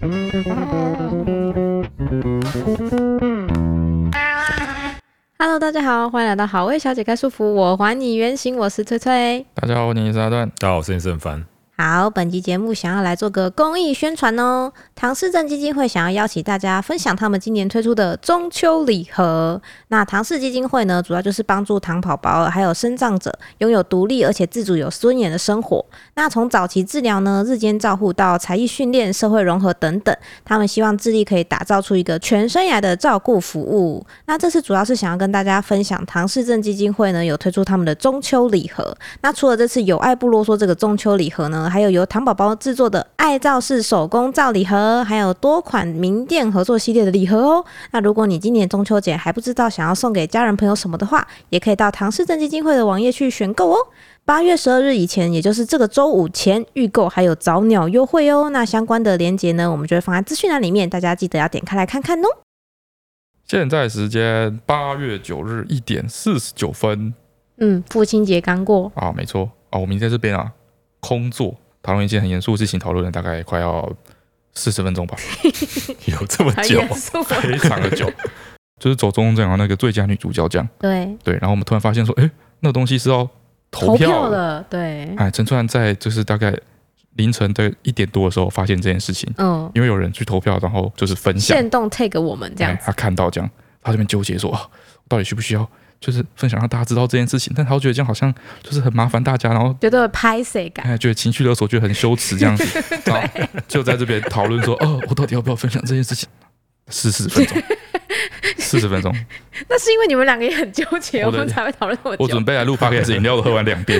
Hello， 大家好，欢迎来到好味小姐开束缚，我还你原形，我是翠翠。 大家好，我是阿段。 大家好，我是盛帆。 好，本期节目想要来做个公益宣传哦。唐氏症基金会想要邀请大家分享他们今年推出的中秋礼盒。那唐氏基金会呢，主要就是帮助唐宝宝还有身障者拥有独立而且自主有尊严的生活。那从早期治疗呢、日间照护到才艺训练、社会融合等等，他们希望致力可以打造出一个全生涯的照顾服务。那这次主要是想要跟大家分享唐氏症基金会呢有推出他们的中秋礼盒。那除了这次有爱不啰嗦这个中秋礼盒呢，还有由唐宝宝制作的爱造式手工皂礼盒，还有多款名店合作系列的礼盒哦。那如果你今年中秋节还不知道想要送给家人朋友什么的话，也可以到唐氏症基金会的网页去选购哦。8月12日以前，也就是这个周五前预购还有早鸟优惠哦。那相关的链接呢，我们就会放在资讯栏里面，大家记得要点开来看看哦。 现在时间8月9日1点49分。 父亲节刚过啊，没错啊，我们在这边啊空座讨论一件很严肃的事情，讨论了大概快要40分钟吧， 有这么久？ 非常的久。就是走中奖的那个最佳女主角奖， 对， 然后我们突然发现说，那个东西是要投票的，对。 陈川在就是大概凌晨的1点多的时候发现这件事情，因为有人去投票，然后就是分享， 限动 tag 我们这样子， 他看到这样，他这边纠结说我到底需不需要？就是分享让大家知道这件事情，但他觉得这样好像就是很麻烦大家，然后觉得拍谁感， 觉得情绪勒索，觉得很羞耻这样子，然后就在这边讨论说，我到底要不要分享这件事情？40分钟，40分钟。 那是因为你们两个也很纠结，我们才会讨论那么久。 我准备来录 podcast， 饮料都喝完2遍，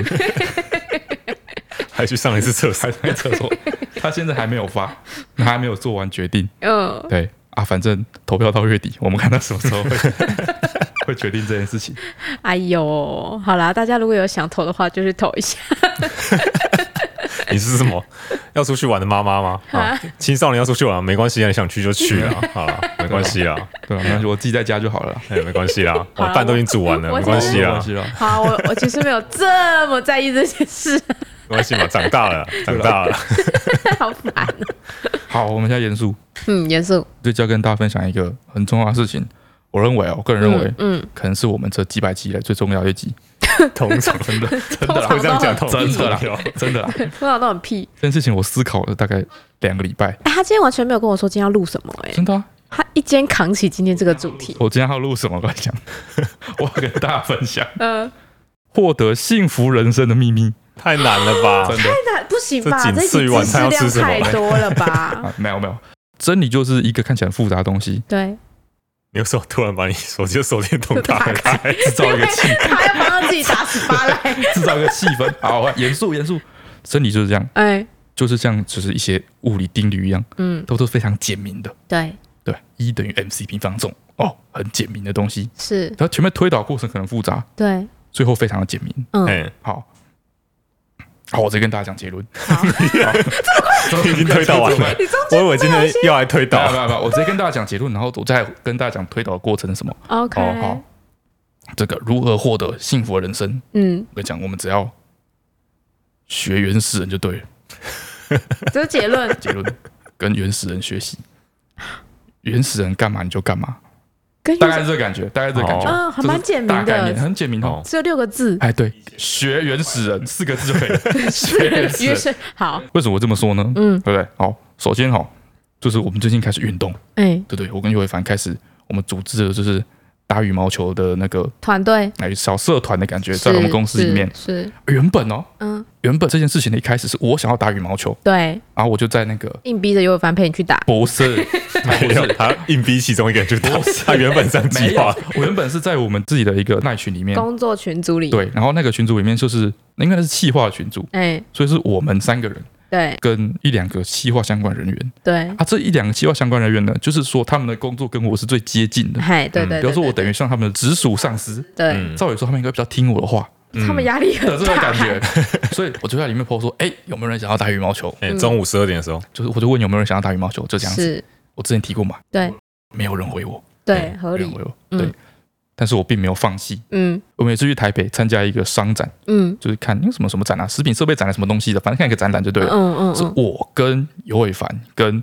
还去上了一次厕所， 他现在还没有发，他还没有做完决定。对啊，反正投票到月底，我们看他什么时候会决定这件事情。 哎呦，好啦，大家如果有想投的话，就去投一下。 你是什么要出去玩的妈妈吗？青少年要出去玩没关系啊，你想去就去啊，好了，没关系啊， 对啊，我自己在家就好了， 没关系啦，我饭都已经煮完了，没关系啦。 好，我其实没有这么在意这件事， 没关系嘛，长大了， 好烦哦。 好，我们现在严肃， 严肃， 就要跟大家分享一个很重要的事情。我认为我个人认为，可能是我们这几百集来最重要的一集。 通常真的啦， 会这样讲， 真的啦， 通常都很屁。 这件事情我思考了大概2个礼拜。 他今天完全没有跟我说今天要录什么， 真的啊。 他一肩扛起今天这个主题。 我今天要录什么？我跟你讲，我要跟大家分享。获得幸福人生的秘密。 太难了吧？ 太难，不行吧？这次晚餐要吃什么？ 太多了吧？ 没有，真理就是一个看起来很复杂的东西。 对。 你有时候突然把你手机的手电筒打开， 制造一个气氛， 他要帮他自己打18来， 制造一个气氛。好，严肃。真理就是这样，就是像就是一些物理定律一样，都是非常简明的。对，E 等于 mc 平方这种很简明的东西是， 然后前面推导过程可能复杂， 对， 最后非常的简明。好，我直接跟大家讲结论。好， 已经推导完了。我以为今天要来推导， 没有，我直接跟大家讲结论，然后我再跟大家讲推导的过程是什么。 OK， 好，这个如何获得幸福的人生？我跟你讲，我们只要学原始人就对了。 这是结论， 跟原始人学习，原始人干嘛你就干嘛。大概是这个感觉， 还蛮简明的， 很简明哦， 只有6个字。 对，学原始人4个字就可以了。学原始人， 好。 为什么我这么说呢？对不对？好，首先就是我们最近开始运动，对不对？我跟尤伟凡开始，我们组织的就是打羽毛球的那个团队， 小社团的感觉，在我们公司里面是原本这件事情的一开始是我想要打羽毛球， 对，然后我就在那个硬逼着尤伟凡陪你去打， 不是。 没有，他硬逼其中一个人去打，他原本上计划。 我原本是在我们自己的一个赖群里面， 工作群组里， 对，然后那个群组里面就是应该是企划群组，所以是我们3个人， 对， 跟1-2个企划相关人员， 对， 这1-2个企划相关人员呢，就是说他们的工作跟我是最接近的， 对， 比如说我等于像他们的直属上司， 对， 照理说他们应该比较听我的话。 他们压力很大， 这个感觉，所以我就在里面 po 说，有没有人想要打羽毛球？ 中午12点的时候， 我就问有没有人想要打羽毛球，就这样子。我之前提过嘛， 对， 没有人回我， 对，合理， 对。但是我并没有放弃。我每次去台北参加一个商展，就是看什么什么展啊，食品设备展啊，什么东西的，反正看一个展览就对了。是我跟尤伟凡跟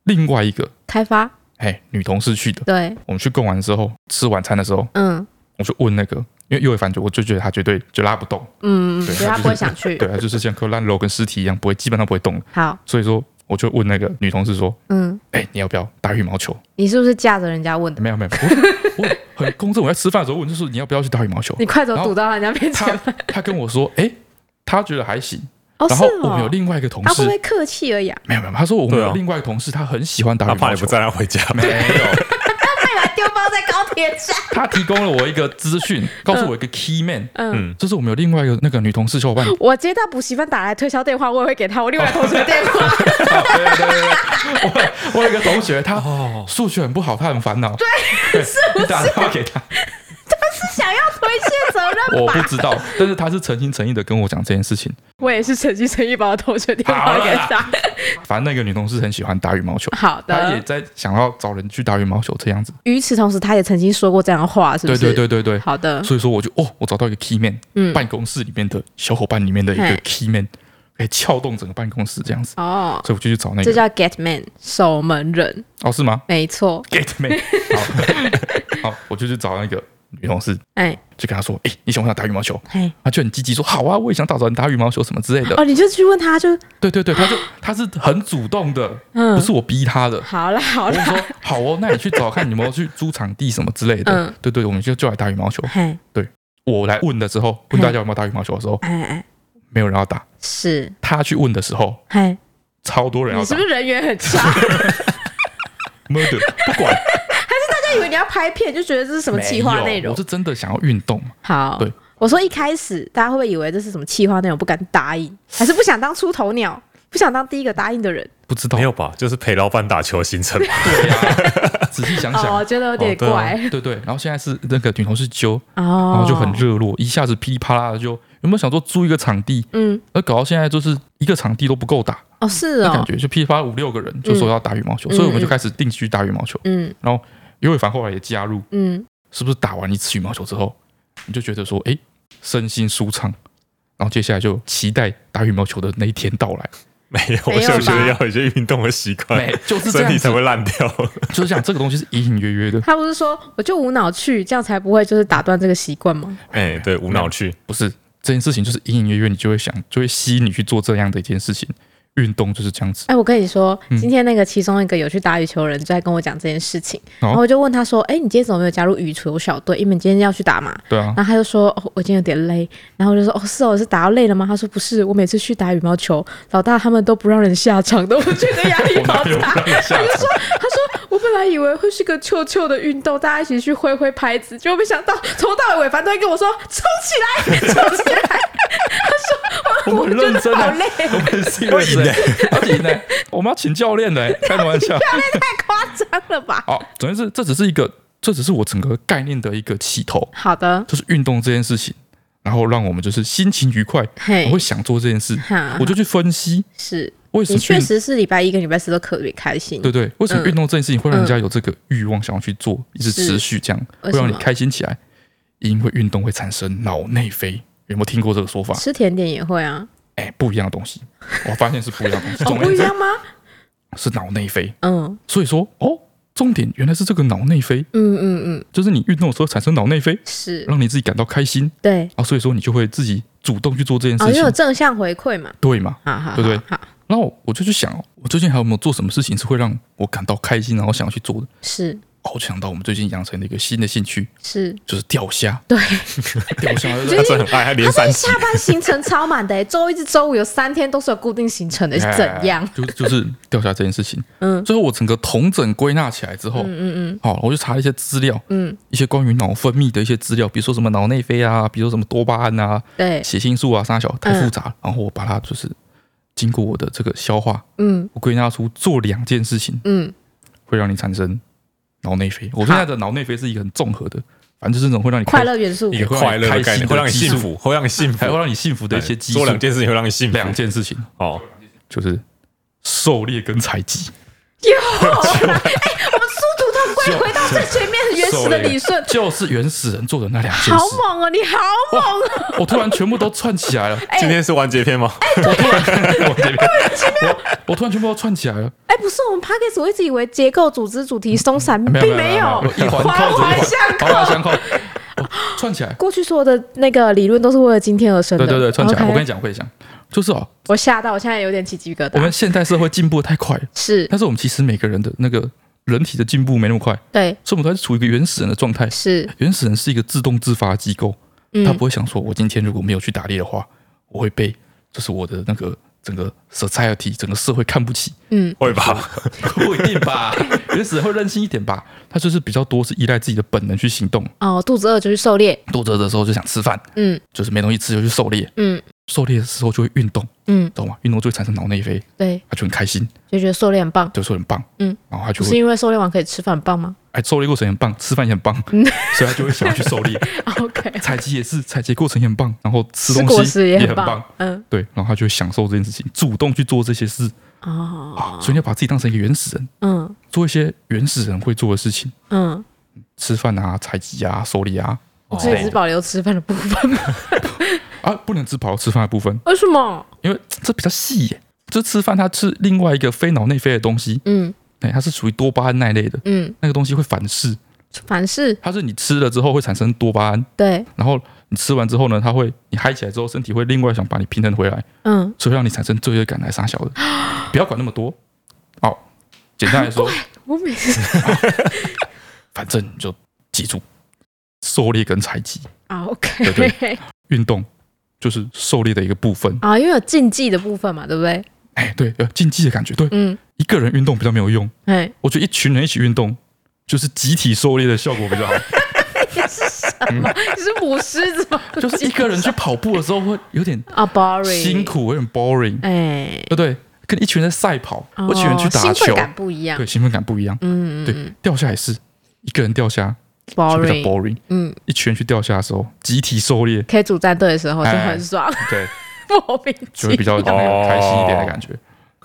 另外一个开发， 女同事去的。 对， 我们去逛完之后，吃晚餐的时候，我就问那个，因为右伟凡我就觉得他绝对就拉不动， 对，他不会想去， 对，他就是像颗烂肉跟尸体一样，基本上不会动。 好， 所以说我就问那个女同事说，你要不要打羽毛球？ 你是不是架着人家问的？ 没有，我很公正。我在吃饭的时候问，就是你要不要去打羽毛球？ 你快走堵到人家面前。 他跟我说，他觉得还行。然后我们有另外一个同事， 他会不会客气而已？ 没有，他说我们有另外一个同事，他很喜欢打羽毛球。 他怕你不载他回家？ 没有， 他把你丢包在高铁站。 他提供了我一个资讯，告诉我一个 key man，就是我们有另外一个那个女同事小伙伴。 我接到补习班打来推销电话，我也会给他我另外同学的电话。 对，我有一个同学，他数学很不好，他很烦恼。 对，是不是？ 你打电话给他。 他是想要推卸责任吧？ 我不知道，但是他是诚心诚意的跟我讲这件事情。 我也是诚心诚意把我同学电话给他。 反正那个女同事很喜欢打羽毛球， 好的， 她也在想要找人去打羽毛球这样子。 与此同时，他也曾经说过这样的话，是不是？ 对， 好的。 所以说我就我找到一个 key man，办公室里面的小伙伴里面的一个 key man，可以撬动整个办公室这样子。所以我就去找那个， 这叫 get man， 守门人。 是吗？ 没错 ，get man。好，我就去找那个女同事，就跟她说，你想不想打羽毛球？她就很积极说，好啊，我也想找人打羽毛球什么之类的。 你就去问她，就对，她是很主动的，不是我逼她的。 好了， 我就说好哦，那你去找看你有没有去租场地什么之类的。对，我们就来打羽毛球。对，我来问的时候，问大家有没有打羽毛球的时候，没有人要打。 是他去问的时候，超多人要打。 你是不是人缘很差 ？Murder 不管。 以为你要拍片，就觉得这是什么企划内容？ 我是真的想要运动。 好，对，我说一开始大家会不会以为这是什么企划内容，不敢答应，还是不想当出头鸟，不想当第一个答应的人？ 不知道， 没有吧？就是陪老板打球行程吧。 对呀，仔细想想， 觉得有点怪。 对，然后现在是那个女同事揪，然后就很热络，一下子噼里啪啦的就有没有想说租一个场地？而搞到现在就是一个场地都不够打。 是哦， 感觉就噼里啪啦5-6个人就说要打羽毛球，所以我们就开始定期去打羽毛球。然后尤伟凡后来也加入，是不是打完一次羽毛球之后，你就觉得说，身心舒畅，然后接下来就期待打羽毛球的那一天到来。 没有，我就觉得要有一些运动的习惯， 就是这样， 身体才会烂掉。 就是这样，这个东西是隐隐约约的。 他不是说我就无脑去，这样才不会就是打断这个习惯吗？ 对，无脑去不是这件事情，就是隐隐约约，你就会想，就会吸引你去做这样的一件事情。运动就是这样子。 我跟你说，今天那个其中一个有去打羽球的人就在跟我讲这件事情，然后我就问他说：“你今天怎么没有加入羽球小队？因为你今天要去打嘛。” 对啊。 然后他就说：“我今天有点累。”然后我就说：“是打到累了吗？”他说：“不是，我每次去打羽毛球，老大他们都不让人下场的，我觉得压力好大。”他说我本来以为会是个臭臭的运动，大家一起去挥挥拍子，结果没想到从头到尾反正都会跟我说冲起来，冲起来。他说我们认真好累， 我们是认真的，而且呢，我们要请教练的，开玩笑， 教练太夸张了吧？ 好，总之这只是我整个概念的一个起头。 好的， 就是运动这件事情，然后让我们就是心情愉快，我会想做这件事，我就去分析是。 为什么你确实是礼拜1跟礼拜4都特别开心， 对，为什么运动这件事情会让人家有这个欲望想要去做，一直持续这样，会让你开心起来？因为运动会产生脑内啡，有没有听过这个说法？ 吃甜点也会啊， 不一样的东西，我发现是不一样的东西。 不一样吗？是脑内啡，所以说重点原来是这个脑内啡，就是你运动的时候产生脑内啡， 是让你自己感到开心， 对， 所以说你就会自己主动去做这件事情， 因为有正向回馈嘛， 对嘛，对不对？ 好， 然后我就去想，我最近还有没有做什么事情是会让我感到开心，然后想要去做的？ 是。 我就想到我们最近养成了一个新的兴趣，就是钓虾。 对， 钓虾他真的很爱，还连3集。 下班行程超满的，周1至周5有3天都是有固定行程的，是怎样？ 就是钓虾这件事情。最后我整个统整归纳起来之后，好，我就查了一些资料，一些关于脑分泌的一些资料，比如说什么脑内啡啊，比如说什么多巴胺啊， 对， 血清素啊，啥小太复杂了。然后我把它就是经过我的这个消化，我归纳出做2件事情，会让你产生脑内啡。我现在的脑内啡是一个很综合的，反正就是那种会让你快乐元素， 一个快乐的概念，会让你幸福，会让你幸福， 还会让你幸福的一些激素。 做2件事情会让你幸福 ，2件事情就是狩猎跟采集。 有，我们殊途同归回到最前面原始的理顺， 就是原始人做的那2件事。 好猛哦，你好猛哦！ 我突然全部都串起来了。 今天是完结篇吗？ 我突然全部都串起来了。 不是，我们 Podcast 我一直以为结构、组织、主题松散，并没有， 一环相扣，串起来。 过去所有的那个理论都是为了今天而生的。 对，串起来。我跟你讲，就是我吓到，我现在有点起鸡皮疙瘩。 我们现代社会进步太快了， 是， 但是我们其实每个人的那个人体的进步没那么快， 对， 所以我们都是处于一个原始人的状态。 是， 原始人是一个自动自发的机构，他不会想说，我今天如果没有去打猎的话，我会被就是我的那个整个 society 整个社会看不起。 会吧？ 不一定吧？原始人会任性一点吧？他就是比较多是依赖自己的本能去行动。 肚子饿就去狩猎， 肚子饿的时候就想吃饭，就是没东西吃就去狩猎，狩猎的时候就会运动，懂吗？运动就会产生脑内啡， 对， 他就很开心， 就觉得狩猎很棒， 就说很棒，然后他就不是因为狩猎完可以吃饭很棒吗？ 狩猎过程很棒，吃饭也很棒，所以他就会想要去狩猎。 OK， 采集也是，采集过程也很棒，然后吃东西也很棒，对，然后他就会享受这件事情，主动去做这些事。所以你要把自己当成一个原始人，做一些原始人会做的事情，吃饭啊，采集啊，狩猎啊。 所以只保留吃饭的部分吗？ 不能只保留吃饭的部分。 为什么？ 因为这比较细耶。这吃饭它是另外一个非脑内啡的东西，它是属于多巴胺那类的，那个东西会反噬。 反噬？ 它是你吃了之后会产生多巴胺， 对。 然后你吃完之后呢，你嗨起来之后，身体会另外想把你平衡回来，所以让你产生罪恶感来杀小的。不要管那么多。好，简单来说， 我每次， 反正你就记住。狩猎跟采集 OK， 对，运动就是狩猎的一个部分因为有竞技的部分嘛，对不对？ 对，有竞技的感觉，对，一个人运动比较没有用，我觉得一群人一起运动，就是集体狩猎的效果比较好。 你是什么？你是母狮子吗？ 就是一个人去跑步的时候会有点 boring， 辛苦，有点 boring，对不对？跟一群人在赛跑，一群人去打球， 兴奋感不一样， 对，兴奋感不一样，对，掉下也是一个人掉下。比较 boring， 一群人去钓虾的时候，集体狩猎， 可以组战队的时候就很爽， 对， 莫名就会比较开心一点的感觉。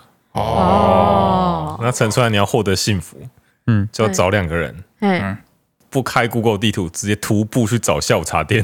那陈川，你要获得幸福，就要找2个人，不开 Google 地图，直接徒步去找下午茶店。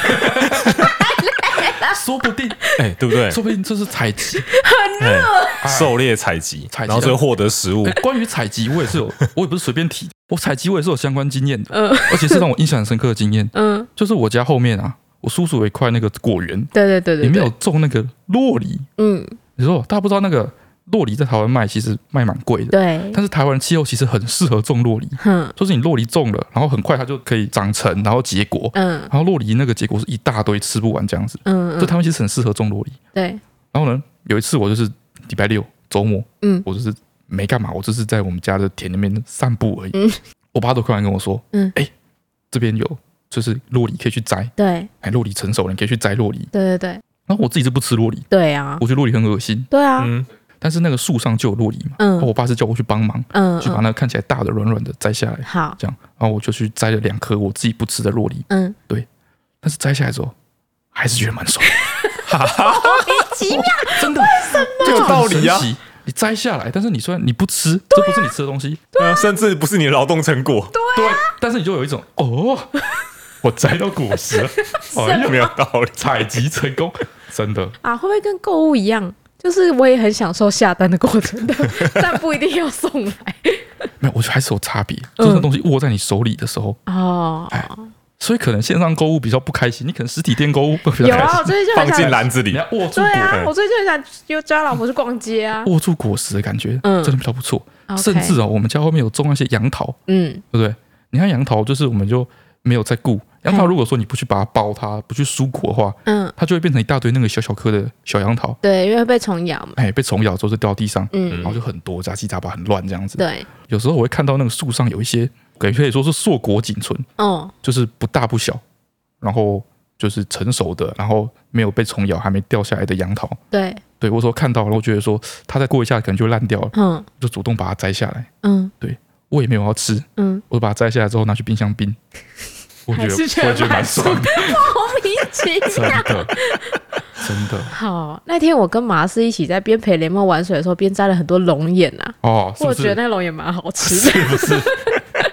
说不定， 对不对？ 说不定这是采集， 很热， 狩猎采集，然后最后获得食物。 关于采集，我也不是随便提，我采集我也是有相关经验的，而且是让我印象很深刻的经验。就是我家后面啊，我叔叔有一块那个果园， 对，里面有种那个酪梨。你说大家不知道那个酪梨在台湾卖，其实卖蛮贵的。 对， 但是台湾的气候其实很适合种酪梨，就是你酪梨种了，然后很快它就可以长成，然后结果，然后酪梨那个结果是一大堆，吃不完这样子。就台湾其实很适合种酪梨。对。然后呢，有一次我就是礼拜6周末，我就是没干嘛，我就是在我们家的田里面散步而已。我爸都突然跟我说，这边有就是酪梨可以去摘。对。酪梨成熟了，你可以去摘酪梨。对。然后我自己是不吃酪梨。对啊。我觉得酪梨很恶心。对啊。但是那个树上就有酪梨嘛，我爸是叫我去帮忙，去把那个看起来大的软软的摘下来，好，这样，然后我就去摘了2颗我自己不吃的酪梨，对，但是摘下来之后还是觉得蛮爽， 莫名其妙， 真的， 为什么？ 就有道理啊！ 你摘下来，但是你虽然你不吃，这不是你吃的东西， 甚至不是你的劳动成果， 对，但是你就有一种我摘到果实了， 没有道理， 采集成功，真的啊，会不会跟购物一样？就是我也很享受下单的过程的，但不一定要送来。 没有，我觉得还是有差别。就是那东西握在你手里的时候，所以可能线上购物比较不开心，你可能实体店购物比较开心。 有啊，我最近就放进篮子里， 你要握住。 对啊，我最近很想又叫老婆去逛街啊， 握住果实的感觉，真的比较不错。甚至我们家后面有种那些杨桃，对不对？你看杨桃，就是我们就没有在顾。杨桃如果说你不去把它剥它，不去疏果的话，它就会变成一大堆那个小小颗的小杨桃。对，因为被虫咬嘛。被虫咬之后就掉地上，然后就很多杂七杂八，很乱这样子。对，有时候我会看到那个树上有一些可以说是硕果仅存，就是不大不小，然后就是成熟的，然后没有被虫咬，还没掉下来的杨桃。对，对我说看到了，我觉得说它再过一下可能就烂掉了，就主动把它摘下来。对，我也没有要吃，我就把它摘下来之后拿去冰箱冰。我觉得蛮爽的， 莫名其妙， 真的。 好，那天我跟马斯一起在边陪雷梦玩水的时候，边摘了很多龙眼啊。我觉得那龙眼蛮好吃的， 是不是？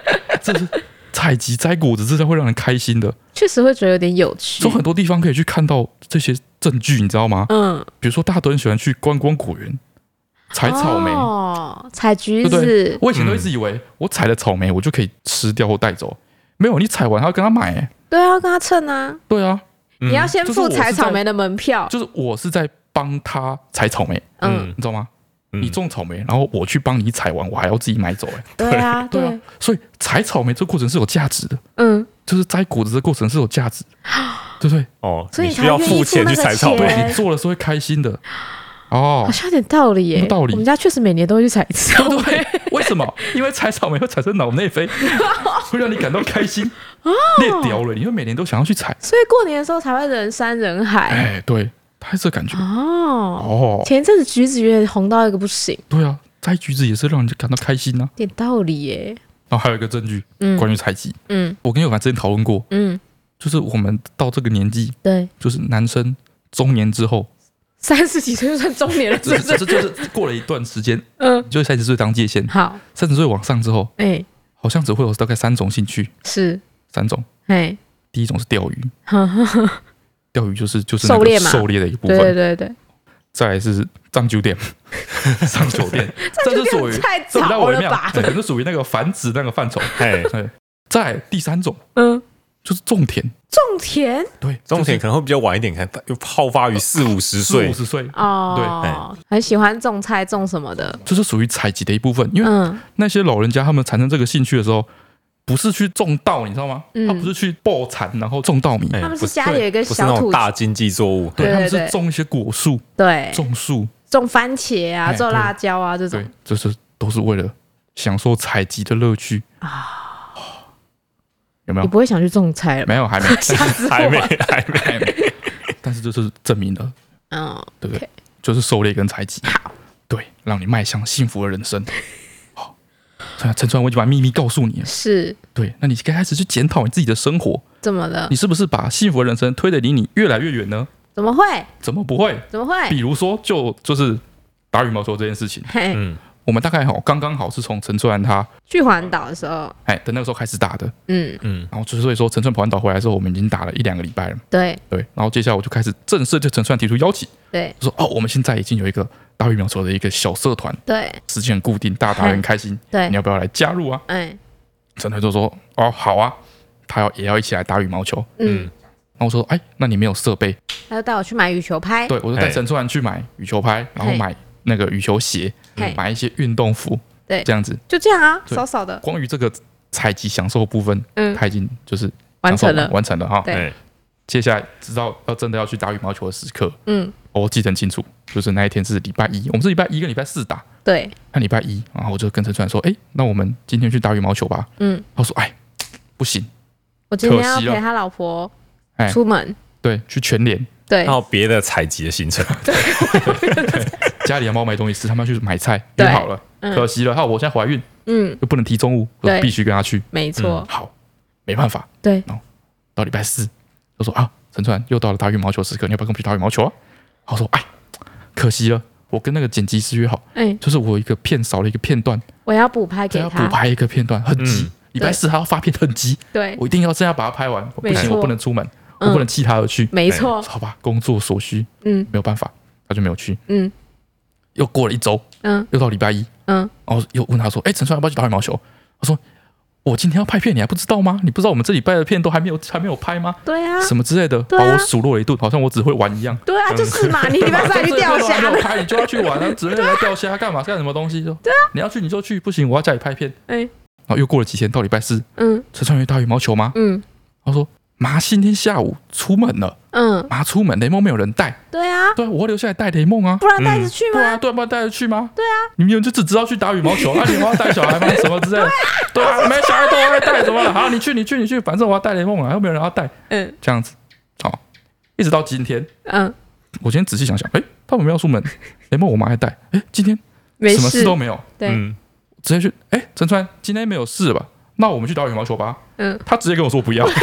这是采集摘果子，这才会让人开心的。 确实会觉得有点有趣。 有很多地方可以去看到这些证据，你知道吗？比如说大家都很喜欢去观光果园采草莓、 采橘子。 对对，我以前都一直以为我采了草莓，我就可以吃掉或带走。没有，你采完还要跟他买。 对啊，要跟他称啊。 对啊， 你要先付采草莓的门票。 就是我是在帮他采草莓，你知道吗？你种草莓，然后我去帮你采完，我还要自己买走。 对啊， 对啊，所以采草莓这个过程是有价值的。就是摘果子的过程是有价值，对不对？ 所以你需要付钱去采草莓， 你做了是会开心的。好像有点道理耶。 道理。 我们家确实每年都会去采一次。 对，为什么？因为采草莓会产生脑内啡，会让你感到开心。裂掉了，你会每年都想要去采。 所以过年的时候才会人山人海。 对，它是这感觉。 前一阵子橘子也红到一个不行。 对啊，摘橘子也是让人感到开心啊。 点道理耶。 然后还有一个证据，关于采集。我跟佑凡之前讨论过。就是我们到这个年纪， 对， 就是男生中年之后。 30几岁就算中年了， 这就是过了一段时间，就30岁当界限。 好 ，30岁往上之后，好像只会有大概3种兴趣， 是 3种。第一种是钓鱼，钓鱼就是狩猎嘛， 狩猎的一部分。 对。 再来是上酒店，上酒店，这就属于太早了吧？ 这可能属于那个繁殖那个范畴。再来第3种，就是种田。 种田， 对， 种田可能会比较晚一点，可能又好发于40-50岁 ，40-50岁对，很喜欢种菜，种什么的， 这是属于采集的一部分。因为那些老人家他们产生这个兴趣的时候，不是去种稻，你知道吗？他不是去抱蚕然后种稻米， 他们是家里有一个小土， 不是那种大经济作物， 对，他们是种一些果树， 对， 种树， 种番茄啊，种辣椒啊这种， 对，这是都是为了享受采集的乐趣啊。 有没有？ 你不会想去种菜了？ 没有，还没， 还没。 但是这是证明了，对不对？就是狩猎跟采集，对，让你迈向幸福的人生。好，陈川，我已经把秘密告诉你了。 是， 对，那你开始去检讨你自己的生活， 怎么了？ 你是不是把幸福的人生推得离你越来越远呢？ 怎么会？ 怎么不会？ 怎么会？ 比如说，就是打羽毛球这件事情，我们大概刚刚好是从陈川他去环岛的时候， 的那个时候开始打的，然后所以说陈川跑完岛回来之后，我们已经打了1-2个礼拜了， 对， 然后接下来我就开始正式对陈川提出邀请， 对， 说我们现在已经有一个打羽毛球的一个小社团，对，时间很固定，大家打得很开心，对，你要不要来加入啊？陈川就说好啊，他也要一起来打羽毛球，然后我说那你没有设备， 他就带我去买羽球拍， 对，我就带陈川去买羽球拍，然后买那个羽球鞋，买一些运动服。对，这样子就这样啊，少少的。 关于这个采集享受部分，他已经就是完成了哈。 对， 接下来直到真的要去打羽毛球的时刻，我记得很清楚，就是那一天是礼拜1，我们是礼拜1跟礼拜4打。对，那礼拜1，然后我就跟陈川说，那我们今天去打羽毛球吧。他说，不行， 我今天要陪他老婆出门， 对，去全联， 对， 还有别的采集的行程。 家里的猫没东西吃，他们要去买菜，约好了，可惜了。我现在怀孕，又不能提中午，我必须跟他去。 没错， 好，没办法。对，然后到礼拜4，就说陈川又到了打羽毛球时刻，你要不要跟我们去打羽毛球啊？我说可惜了，我跟那个剪辑师约好，就是我有一个片少了一个片段， 我要补拍给他， 要补拍一个片段，很急。礼拜4还要发片，很急。对，我一定要这样把它拍完，不行，我不能出门，我不能弃他而去。 没错， 好吧，工作所需，没有办法，他就没有去。又过了1周，又到礼拜1，然后又问他说：“陈川要不要去打羽毛球？”他说：“我今天要拍片，你还不知道吗？你不知道我们这礼拜的片都还没有拍吗？对啊，什么之类的，把我数落了一顿，好像我只会玩一样。对啊，就是嘛，你礼拜3去钓虾，没有拍你就要去玩啊，只会来钓虾干嘛？干什么东西？对啊，你要去你就去，不行我要家里拍片。然后又过了几天，到礼拜4，陈川有打羽毛球吗？他说。”妈今天下午出门了，妈出门，雷梦没有人带，对啊，我要留下来带雷梦啊，不然带着去吗？不然带着去吗？对啊，你们就只知道去打羽毛球，你要带小孩吗？什么之类的，对啊，没小孩都会带，怎么了？好，你去，反正我要带雷梦啊，又没有人要带，这样子，好，一直到今天，我今天仔细想想，他们没有出门，雷梦我妈还带，今天什么事都没有，对，直接去，陈川今天没有事吧？那我们去打羽毛球吧。他直接跟我说不要。妈的，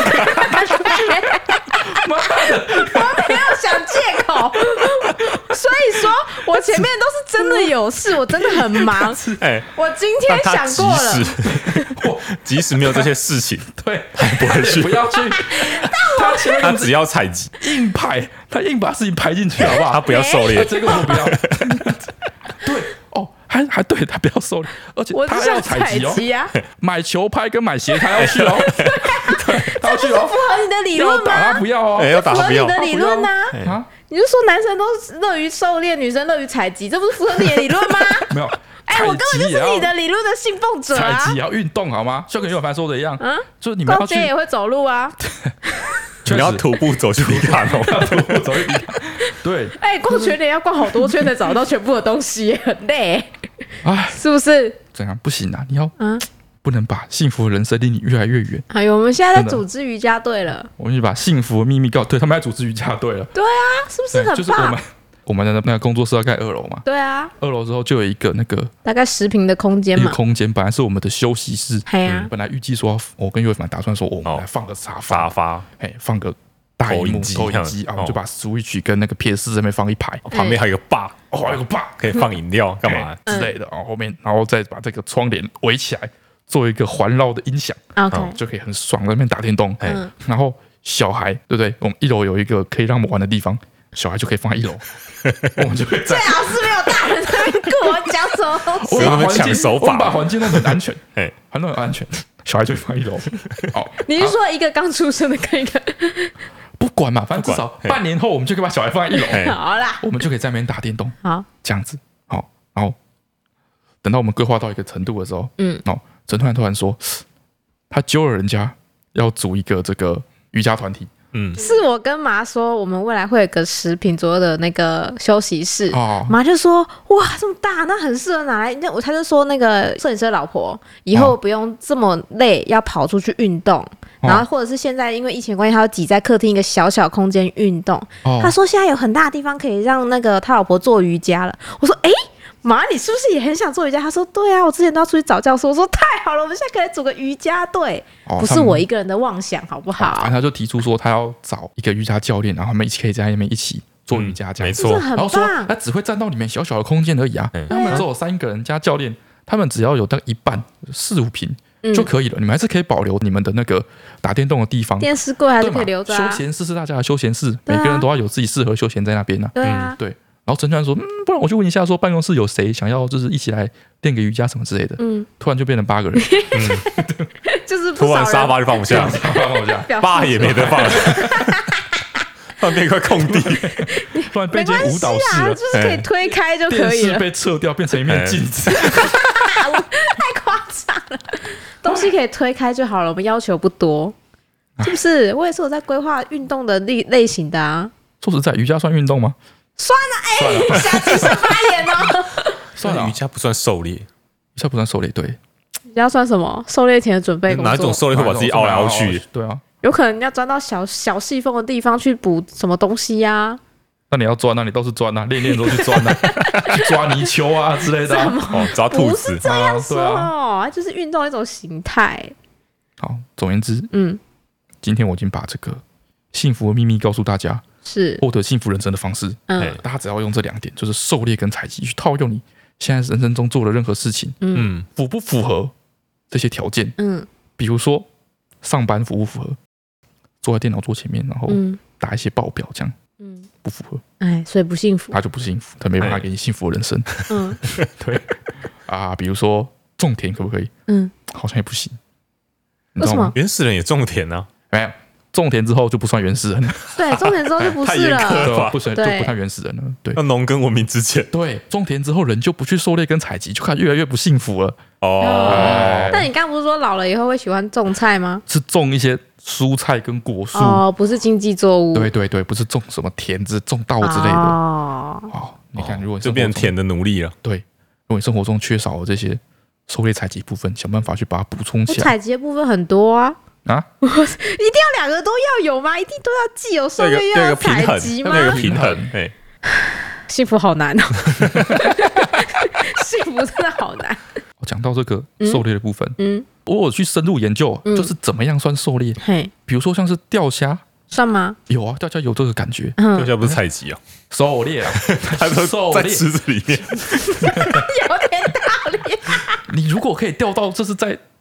我没有想借口，所以说我前面都是真的有事，我真的很忙。我今天想过了， 即使没有这些事情， 对， 他也不会去， 不要去。 他只要采集， 硬排，他硬把事情排进去，好不好？ 他不要狩猎， 这个我不要。对哦，还对他不要狩猎，而且他要采集哦，买球拍跟买鞋他要去哦，对，他要去哦， 符合你的理论吗？ 要打他不要哦， 要打他不要， 符合你的理论啊？你就说男生都乐于狩猎，女生乐于采集，这不是符合你的理论吗？ 没有。 我根本就是你的理论的信奉者啊！ 采集也要运动好吗？就跟尤凡说的一样，就是你们要去， 也会走路啊。 你要徒步走去迪卡侬， 徒步走去迪卡。对， 逛全联要逛好多圈才找到全部的东西，很累。哎，是不是？ 怎样不行啊？你要不能把幸福的人生离你越来越远。 哎呦，我们现在在组织瑜伽队了， 我们就把幸福的秘密对他们在组织瑜伽队了。 对啊，是不是很棒？ 就是我们的那个工作室要盖2楼嘛， 对啊 ，2楼之后就有一个那个大概10平的空间嘛， 一个空间本来是我们的休息室， 本来预计说我跟岳凡打算说我们来放个沙发，放个大荧幕投影机啊，我们就把 Switch 跟那个 PS4这边放一排， 旁边还有个 bar， 还有个 bar 可以放饮料干嘛之类的，然后再把这个窗帘围起来，做一个环绕的音响，就可以很爽在那边打电动，然后小孩对不对？我们1楼有一个可以让我们玩的地方。小孩就可以放在1楼，我们就会最好是没有大人在那边跟我讲什么东西。 我们把环境弄得很安全，很安全，小孩就会放1楼。 好，你是说一个刚出生的跟一个？ 不管嘛，反正至少半年后我们就可以把小孩放在1楼。 好啦， 我们就可以在那边打电动。 好， 这样子，好，然后等到我们规划到一个程度的时候，陈突然说，他揪了人家要组一个这个瑜伽团体。 是我跟妈说，我们未来会有个10平左右的那个休息室。妈就说：“哇，这么大，那很适合拿来。”他就说那个摄影师的老婆以后不用这么累，要跑出去运动。然后或者是现在因为疫情关系，他要挤在客厅一个小小空间运动。他说现在有很大的地方可以让那个他老婆做瑜伽了。我说：“妈，你是不是也很想做瑜伽？”他说：“对啊，我之前都要出去找教授。”我说：“太好了，我们现在可以组个瑜伽队，不是我一个人的妄想，好不好？” 然后他就提出说，他要找一个瑜伽教练，然后他们可以在那边一起做瑜伽，这样没错。 然后说他只会占到里面小小的空间而已啊，他们只有3个人加教练，他们只要有大概一半4、5平就可以了，你们还是可以保留你们的那个打电动的地方， 电视柜还是可以留着。 休闲室是大家的休闲室，每个人都要有自己适合休闲在那边啊。对。然后陈川说：“不然我去问一下，说办公室有谁想要就是一起来练个瑜伽什么之类的。”突然就变成8个人， 就是突然沙发就放不下，8也没得放，突然变一块空地， 突然变成舞蹈室了， 就是可以推开就可以了。 电视被撤掉，变成一面镜子， 太夸张了。东西可以推开就好了，我们要求不多，是不是？我也是有在规划运动的类型的啊。 说实在，瑜伽算运动吗？ 算了，下集是发言哦。 算了，瑜伽不算狩猎， 瑜伽不算狩猎，对。 瑜伽算什么？狩猎前的准备工作。 哪一种狩猎会把自己凹来凹去？ 对啊， 有可能要钻到小细缝的地方去捕什么东西呀？ 那你要钻啊，你都是钻啊，练都去钻啊，去抓泥鳅啊之类的。 抓兔子。 不是这样说，就是运动的一种形态。 好，总而言之，今天我已经把这个幸福的秘密告诉大家。 是获得幸福人生的方式，大家只要用这2点，就是狩猎跟采集，去套用你现在人生中做的任何事情，符不符合这些条件？比如说上班符不符合？坐在电脑桌前面，然后打一些报表，这样，不符合， 所以不幸福， 他就不幸福，他没办法给你幸福的人生。对啊，比如说种田可不可以？好像也不行， 为什么？ 原始人也种田啊？ 没有。种田之后就不算原始人了， 对，种田之后就不是了， 就不算原始人了。对， 要农耕文明之前， 对，种田之后人就不去狩猎跟采集，就开始越来越不幸福了。 但你刚不是说老了以后会喜欢种菜吗？ 是种一些蔬菜跟果树不是经济作物。 对，不是种什么田子、种稻之类的。你看，如果就变成田的奴隶了。 对，如果你生活中缺少了这些狩猎采集部分，想办法去把它补充起来。 采集的部分很多啊。一定要2个都要有吗？一定都要既有狩猎又要采集吗？ 有个平衡， 幸福好难哦，幸福真的好难。 讲到这个狩猎的部分，我有去深入研究，就是怎么样算狩猎。比如说像是钓虾， 算吗？ 有啊，钓虾有这个感觉。 钓虾不是采集啊， 狩猎啊， 它都在池子里面， 有点道理。 你如果可以钓到，这是在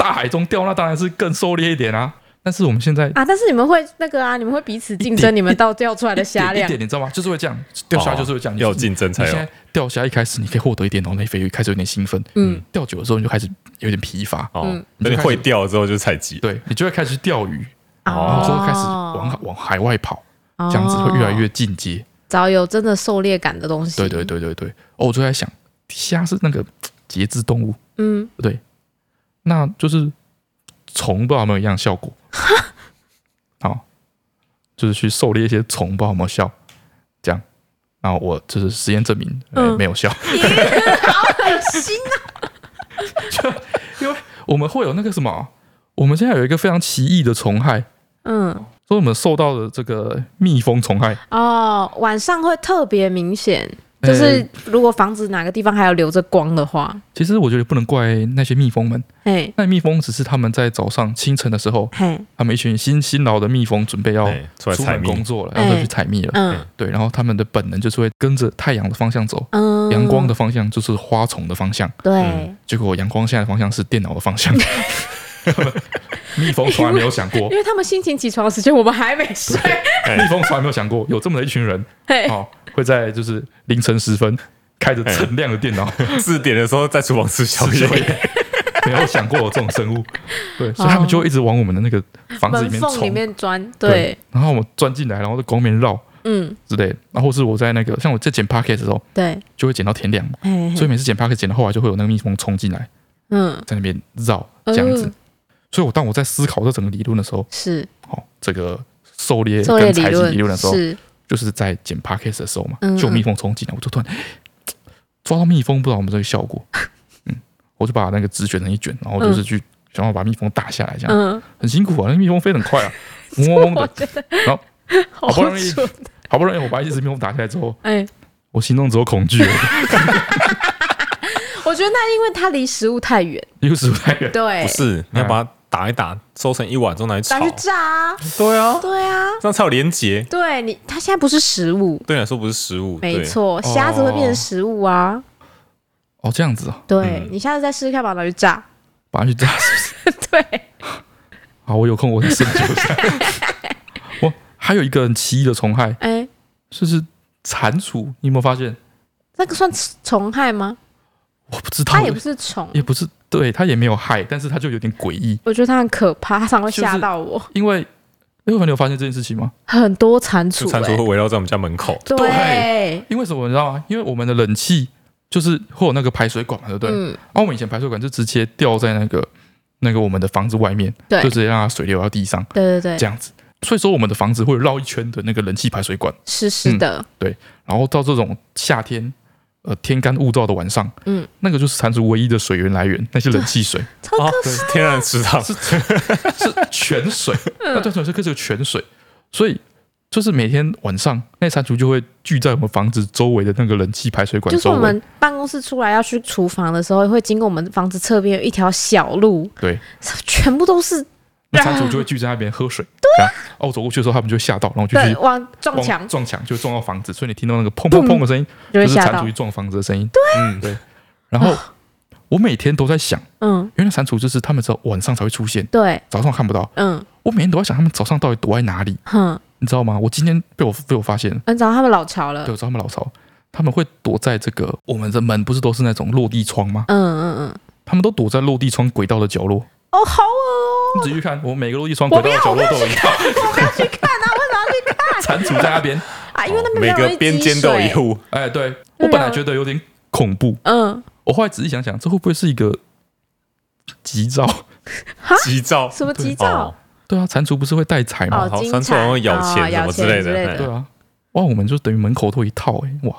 大海中钓，那当然是更狩猎一点啊。但是我们现在但是你们会那个你们会彼此竞争，你们钓出来的虾量一点，你知道吗？就是会这样，钓虾就是会这样， 要竞争才有。 你现在钓虾一开始你可以获得一点脑内啡，开始有点兴奋，钓久了之后你就开始有点疲乏， 等你会钓之后就采集， 对你就会开始钓鱼，然后之后开始往海外跑，这样子会越来越进阶， 找有真的狩猎感的东西。 对，我就在想，虾是那个节肢动物，对，那就是虫不知道有没有一样效果。好，就是去狩猎一些虫，不知道有没有效，这样。然后我就是实验证明，没有效。 好恶心啊！ 就因为我们会有那个什么，我们现在有一个非常奇异的虫害，所以我们受到的这个蜜蜂虫害。 晚上会特别明显。就是如果房子哪个地方还有留着光的话， 其实我觉得不能怪那些蜜蜂们。那蜜蜂只是他们在早上清晨的时候，他们一群辛劳的蜜蜂准备要出门工作了，要去采蜜了。对，然后他们的本能就是会跟着太阳的方向走，阳光的方向就是花丛的方向。 对， 结果阳光现在的方向是电脑的方向。蜜蜂从来没有想过， 因为他们心情起床的时间我们还没睡。 蜜蜂从来没有想过有这么一群人，会在就是凌晨时分开着锃亮的电脑 ，4点的时候在厨房吃宵夜， 没有想过有这种生物。对，所以他们就会一直往我们的那个房子里面冲， 里面钻。对， 然后我们钻进来，然后在光面绕，之类的。然后或是我在那个像我在剪 podcast 的时候， 对， 就会剪到天亮，所以每次剪 podcast 剪到后来就会有那个蜜蜂冲进来，在那边绕这样子。所以当我在思考这整个理论的时候， 是这个狩猎跟采集理论的时候，就是在剪 podcast 的时候嘛，就有蜜蜂冲进来，我就突然抓到蜜蜂，不知道有没有这个效果，我就把那个纸卷成一卷，然后就是去想要把蜜蜂打下来，这样，很辛苦啊，那蜜蜂飞很快啊，嗡嗡的，然后好不容易我把一只蜜蜂打下来之后，我心中只有恐惧了。 我觉得那因为它离食物太远，对， 不是你要把它打一打，收成一碗之后拿去炒， 拿去炸啊， 对啊，这样才有连结。 对它现在不是食物， 对你来说不是食物， 没错，虾子会变成食物啊。 这样子啊， 对，你下次再试试看，把它拿去炸， 把它去炸是不是？ 对， 好，我有空我再深究一下。我还有一个很奇异的虫害，就是蟾蜍，你有没有发现？ 那个算虫害吗？ 我不知道， 它也不是虫， 也不是，对，它也没有害，但是它就有点诡异。 我觉得它很可怕，它常常会吓到我。 因为你有发现这件事情吗？ 很多蟾蜍， 蟾蜍会围绕在我们家门口。 对， 因为什么你知道吗？因为我们的冷气就是会有那个排水管嘛，对不对？然后我们以前排水管就直接吊在那个我们的房子外面，就直接让它水流到地上。 对， 这样子。所以说我们的房子会绕一圈的那个冷气排水管， 湿的。 对，然后到这种夏天。天干物燥的晚上，那个就是蟾蜍唯一的水源来源，那些冷气水， 超可怕， 天然池塘是泉水，对，是个泉水，所以就是每天晚上，那蟾蜍就会聚在我们房子周围的那个冷气排水管周围。 就是我们办公室出来要去厨房的时候，会经过我们房子侧边有一条小路， 对， 全部都是。 那蟾蜍就会聚在那边喝水，对啊。我走过去的时候，他们就会吓到，然后就去往撞墙， 就撞到房子，所以你听到那个砰砰砰的声音，就是蟾蜍去撞房子的声音。对。然后我每天都在想，原来蟾蜍就是他们只有晚上才会出现， 对， 早上看不到。我每天都在想，他们早上到底躲在哪里？你知道吗？我今天被我发现了， 找到他们老巢了。 对，我找他们老巢，他们会躲在这个我们的门不是都是那种落地窗吗？他们都躲在落地窗轨道的角落。 好恶哦！ 你仔细看，我每个落地窗轨道的角落都有一套。 我不要去看啊！为什么要去看？ 蟾蜍在那边因为那边每个边间都有一户。 对，我本来觉得有点恐怖，我后来仔细想想，这会不会是一个吉兆？ 吉兆？ 什么吉兆？ 对啊，蟾蜍不是会带财吗？ 蟾蜍会咬钱什么之类的。 对啊，哇，我们就等于门口都一套哇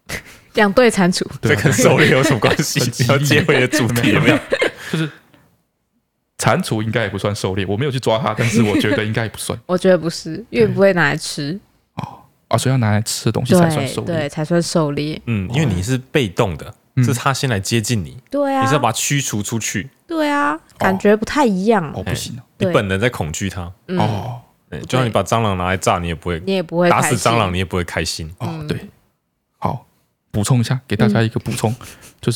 ，2对蟾蜍， 这跟狩猎有什么关系？要接回的主题有没有？ 就是蟾蜍应该也不算狩猎，我没有去抓它，但是我觉得应该也不算。 我觉得不是，因为不会拿来吃。 所以要拿来吃的东西才算狩猎， 对，才算狩猎。 因为你是被动的，是他先来接近你， 对啊， 你是要把它驱除出去， 对啊，感觉不太一样。 不行， 你本能在恐惧它。就像你把蟑螂拿来炸，你也不会打死蟑螂，你也不会开心。 对，好，补充一下，给大家一个补充，就是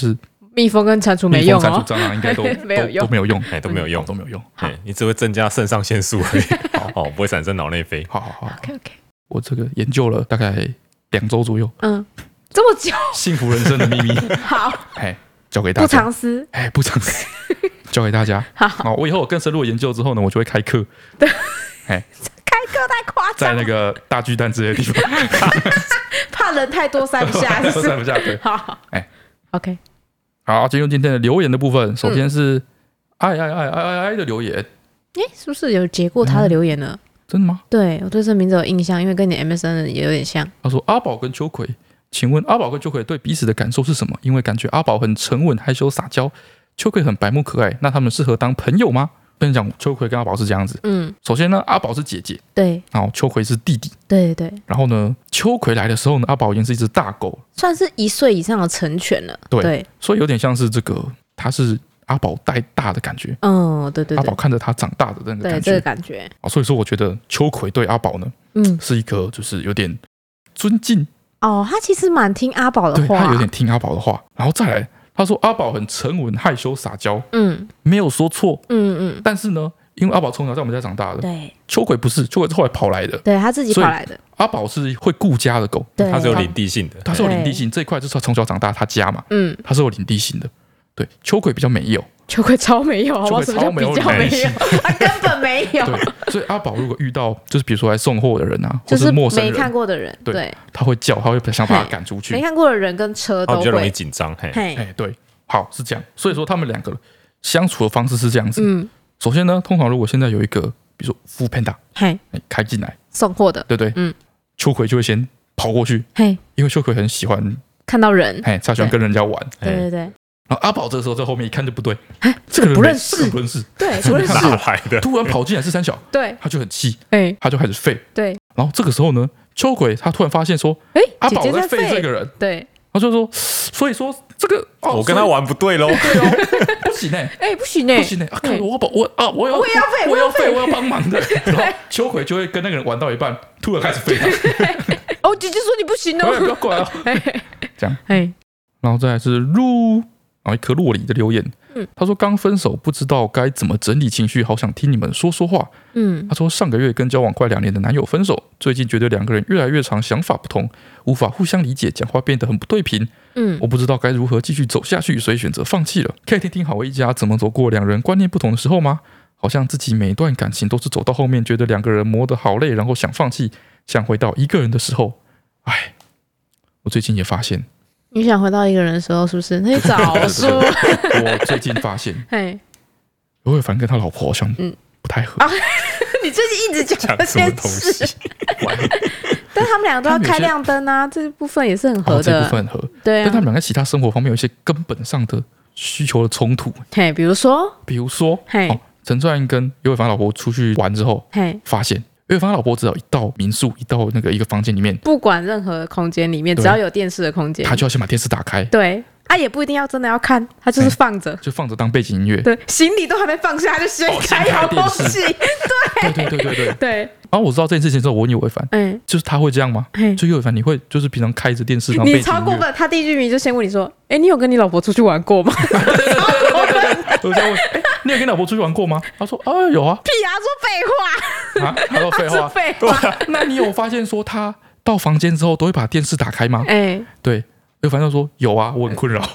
蜜蜂跟蟾蜍没用蜜蜂、蟾蜍、蟑螂应该都没有用， 都没有用， 都没有用。 你只会增加肾上腺素而已，不会产生脑内啡。 好 ，OK， 我这个研究了大概2周左右， 这么久， 幸福人生的秘密， 好， 交给大家， 不藏私， 不藏私，交给大家。好，我以后更深入的研究之后呢，我就会开课。 对，开课太夸张， 在那个大巨蛋之类的地方， 怕人太多塞不下， 塞不下。对， 好，OK， 好，进入今天的留言的部分。首先是爱的留言， 是不是有截过他的留言呢？ 真的吗？ 对，我对这名字有印象，因为跟你 MSN 也有点像。 他说阿宝跟秋葵，请问阿宝跟秋葵对彼此的感受是什么？因为感觉阿宝很沉稳、害羞、撒娇，秋葵很白目可爱，那他们适合当朋友吗？跟你讲，秋葵跟阿宝是这样子。首先呢，阿宝是姐姐， 对， 然后秋葵是弟弟， 对。 然后呢，秋葵来的时候呢，阿宝已经是一只大狗， 算是1岁以上的成犬了。对， 所以有点像是这个，他是阿宝带大的感觉。对，阿宝看着他长大的那个感觉， 对，这个感觉。 所以说我觉得秋葵对阿宝呢，是一个就是有点尊敬。 他其实蛮听阿宝的话， 对，他有点听阿宝的话，然后再来。他说阿宝很沉稳、害羞、撒娇，没有说错，但是呢，因为阿宝从小在我们家长大的， 对， 秋葵不是，秋葵是后来跑来的， 对他自己跑来的。 阿宝是会顾家的狗， 他是有领地性的， 他是有领地性这一块，就是他从小长大他家嘛，他是有领地性的。对，秋葵比较没有， 秋葵超没有，好不好？什么叫比较没有？他根本没有。 对，所以阿宝如果遇到就是比如说来送货的人啊， 就是陌生人没看过的人，对， 他会叫，他会想把他赶出去。 没看过的人跟车都会比较容易紧张。 对，好是这样。所以说他们两个相处的方式是这样子。首先呢，通常如果现在有一个比如说Foodpanda开进来送货的， 对，秋葵就会先跑过去，因为秋葵很喜欢看到人， 他喜欢跟人家玩， 对。 然后阿宝这个时候在后面一看就不对， 这个不认识， 对， 不认识， 哪来的？ 突然跑进来是三小， 对， 他就很气， 他就开始吠， 对。 然后这个时候呢，秋葵他突然发现说，阿宝在吠这个人， 对， 他就说，所以说这个我跟他玩不对喽， 不行不行不行我要吠，我要帮忙的。然后秋葵就会跟那个人玩到一半，突然开始吠他， 姐姐说你不行哦， 不要过来哦，这样，然后再来是一颗洛里的留言，他说刚分手不知道该怎么整理情绪，好想听你们说说话。他说上个月跟交往快2年的男友分手，最近觉得2个人越来越常想法不同，无法互相理解，讲话变得很不对频。我不知道该如何继续走下去，所以选择放弃了。可以听听好味一家怎么走过2人观念不同的时候吗？好像自己每一段感情都是走到后面，觉得2个人磨得好累，然后想放弃，想回到一个人的时候。我最近也发现。 你想回到一个人的时候，是不是？那你早说。 我最近发现，刘伟凡跟他老婆好像不太合。 你最近一直讲这件事，但他们两个都要开亮灯啊，这部分也是很合的。 这部分很合， 对啊。 但他们两个其他生活方面有一些根本上的需求的冲突。 比如说， 陈川跟刘伟凡老婆出去玩之后，发现。因为他老婆只要一到民宿，一到那个一个房间里面， 不管任何空间里面，只要有电视的空间， 他就要先把电视打开。 对，也不一定要真的要看，他就是放着， 就放着当背景音乐。 对，行李都还没放下，就先开遥控器。对。 然后我知道这件事情之后，我问尤伟凡，就是他会这样吗？就尤伟凡，你会就是平常开着电视，然后背景音乐。 你超过分，他第一句名就先问你说：“你有跟你老婆出去玩过吗？” 我在问，你有跟老婆出去玩过吗？他说有啊。 屁啊，说废话。 他说废话。 废话。 那你有发现说他到房间之后都会把电视打开吗？对。反正说有啊，我很困扰。